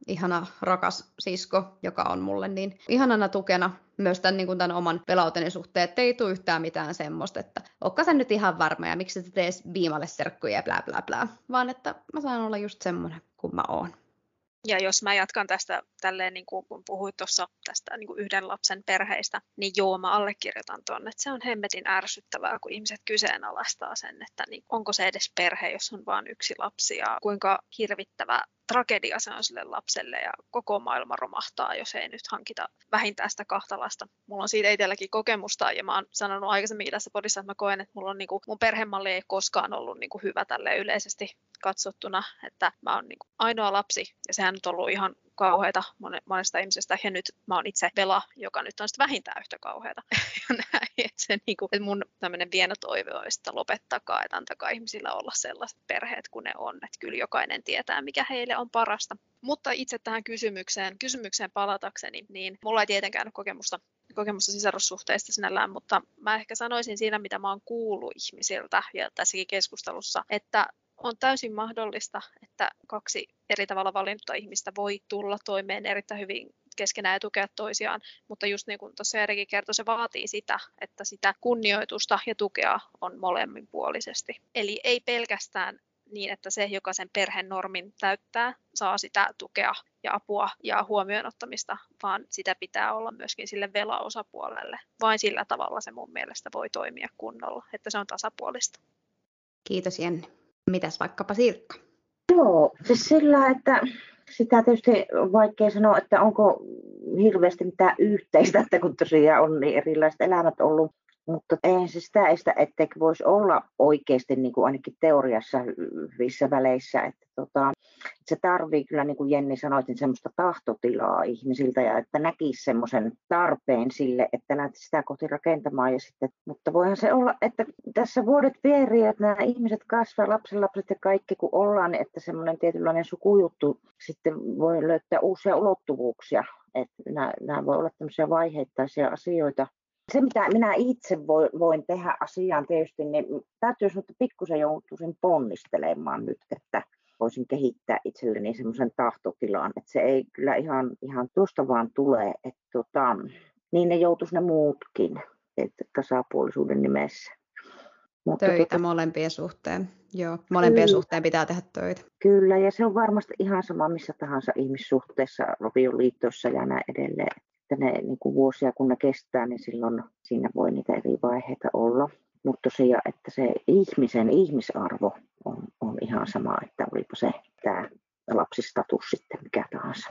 ihana rakas sisko, joka on mulle niin ihanana tukena myös tämän, niin kuin tämän oman pelauteni suhteen, että ei tule yhtään mitään semmoista, että ootko sä nyt ihan varma ja miksi sä tees viimalle serkkuja ja blää blää blää, vaan että mä saan olla just semmoinen kuin mä oon. Ja jos mä jatkan tästä tälleen, niin kuin kun puhuit tuossa tästä niin kuin yhden lapsen perheistä, niin joo, mä allekirjoitan tuonne, että se on hemmetin ärsyttävää, kun ihmiset kyseenalaistaa sen, että niin onko se edes perhe, jos on vain yksi lapsi ja kuinka hirvittävä tragedia se on sille lapselle ja koko maailma romahtaa, jos ei nyt hankita vähintään sitä kahta lasta. Mulla on siitä itselläkin kokemusta ja mä oon sanonut aikaisemmin tässä podissa, että mä koen, että mulla on, niin kuin, mun perhemalli ei koskaan ollut niin kuin hyvä tälle yleisesti katsottuna, että mä oon niin kuin ainoa lapsi ja sehän nyt on ollut ihan kauheata monesta ihmisestä ja nyt mä oon itse Vela, joka nyt on sitten vähintään yhtä kauheata. Ja näin, että, se, niin kuin, että mun tämmöinen pieni toive olisi, että lopettakaa, että antakaa ihmisillä olla sellaiset perheet kuin ne on, että kyllä jokainen tietää, mikä heille on parasta. Mutta itse tähän kysymykseen, kysymykseen palatakseni, niin mulla ei tietenkään ole kokemusta, kokemusta sisarussuhteista sinällään, mutta mä ehkä sanoisin siinä, mitä mä oon kuullut ihmisiltä ja tässäkin keskustelussa, että on täysin mahdollista, että kaksi eri tavalla valinnutta ihmistä voi tulla toimeen erittäin hyvin keskenään ja tukea toisiaan, mutta just niin kuin tuossa Eerikin kertoi, se vaatii sitä, että sitä kunnioitusta ja tukea on molemminpuolisesti. Eli ei pelkästään niin, että se, joka sen perheen normin täyttää, saa sitä tukea ja apua ja huomioon ottamista, vaan sitä pitää olla myöskin sille velaosapuolelle. Vain sillä tavalla se mun mielestä voi toimia kunnolla, että se on tasapuolista. Kiitos Jenni. Mitäs vaikkapa Sirkka? Joo, siis sillä, että sitä tietysti on vaikea sanoa, että onko hirveästi mitään yhteistä, että kun tosiaan on niin erilaiset elämät ollut. Mutta eihän se sitä estä, etteikö voisi olla oikeasti niin kuin ainakin teoriassa hyvissä väleissä. Että tota, se tarvii kyllä, niin kuin Jenni sanoi, semmoista tahtotilaa ihmisiltä ja että näkisi semmoisen tarpeen sille, että lähtisi sitä kohti rakentamaan. Ja sitten, mutta voihan se olla, että tässä vuodet vierii, että nämä ihmiset kasvaa, lapsenlapset ja kaikki kun ollaan, että semmoinen tietynlainen sukujuttu sitten voi löytää uusia ulottuvuuksia. Että nämä, nämä voi olla tämmöisiä vaiheittaisia asioita. Se, mitä minä itse voin tehdä asiaan tietysti, niin täytyy sanoa, että pikkusen joutuisin ponnistelemaan nyt, että voisin kehittää itselleni semmoisen tahtotilan, että se ei kyllä ihan, ihan tuosta vaan tule, että tota, niin ne joutuisi ne muutkin, että tasapuolisuuden nimessä. Mutta töitä tota, molempien suhteen. Joo, molempien kyllä, suhteen pitää tehdä töitä. Kyllä, ja se on varmasti ihan sama missä tahansa ihmissuhteessa, avioliitossa ja näin edelleen. Että ne niin kuin vuosia kun ne kestää, niin silloin siinä voi niitä eri vaiheita olla. Mutta tosiaan, että se ihmisen ihmisarvo on, on ihan sama, että olipa se tämä lapsistatus sitten mikä tahansa.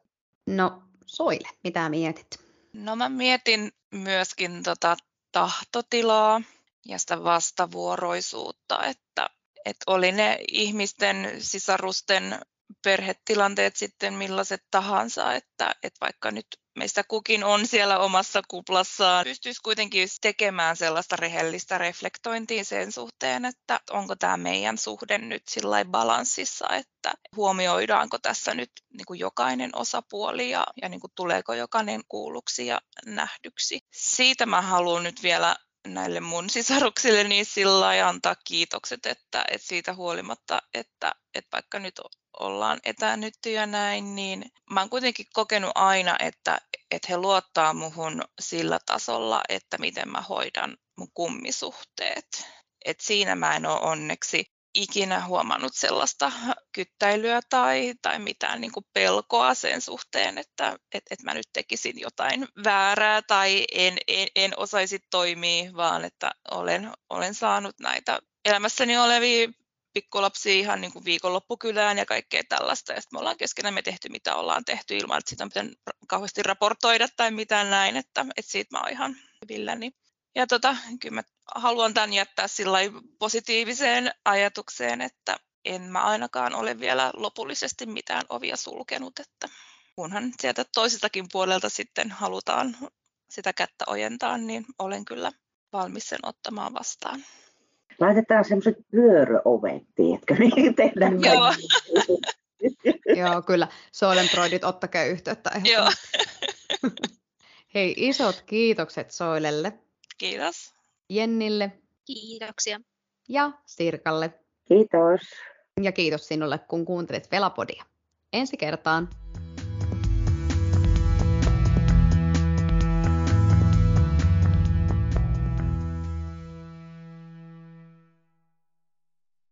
No Soile, mitä mietit? No mä mietin myöskin tota tahtotilaa ja sitä vastavuoroisuutta, että, että oli ne ihmisten sisarusten perhetilanteet sitten millaiset tahansa, että, että vaikka nyt meistä kukin on siellä omassa kuplassaan, pystyisi kuitenkin tekemään sellaista rehellistä reflektointia sen suhteen, että onko tämä meidän suhde nyt sillä balanssissa, että huomioidaanko tässä nyt niin kuin jokainen osapuoli ja, ja niin kuin tuleeko jokainen kuulluksi ja nähdyksi. Siitä mä haluan nyt vielä näille mun sisaruksille niin sillä lailla antaa kiitokset, että, että siitä huolimatta, että, että vaikka nyt ollaan etänytty ja näin, niin mä oon kuitenkin kokenut aina, että, että he luottaa muhun sillä tasolla, että miten mä hoidan mun kummisuhteet. Et siinä mä en ole onneksi ikinä huomannut sellaista kyttäilyä tai, tai mitään niin kuin pelkoa sen suhteen, että et, et mä nyt tekisin jotain väärää tai en, en, en osaisi toimia, vaan että olen, olen saanut näitä elämässäni olevia pikkulapsia ihan niin kuin viikonloppukylään ja kaikkea tällaista. Ja sitten me ollaan keskenämme tehty, mitä ollaan tehty ilman, että siitä on pitänyt kauheasti raportoida tai mitään näin, että, että siitä mä oon ihan hyvilläni. Ja tota, kyllä mä haluan tämän jättää sillai positiiviseen ajatukseen, että en mä ainakaan ole vielä lopullisesti mitään ovia sulkenut, että kunhan sieltä toiseltakin puolelta sitten halutaan sitä kättä ojentaa, niin olen kyllä valmis sen ottamaan vastaan. Laitetaan semmoiset vyöröovet, tiedätkö, niin tehdään Joo. Joo, kyllä. Soilenbroidit, ottakaa yhteyttä ehdottomasti. Hei, isot kiitokset Soilelle. Kiitos. Jennille. Kiitoksia. Ja Sirkalle. Kiitos. Ja kiitos sinulle, kun kuuntelit Velapodia. Ensi kertaan.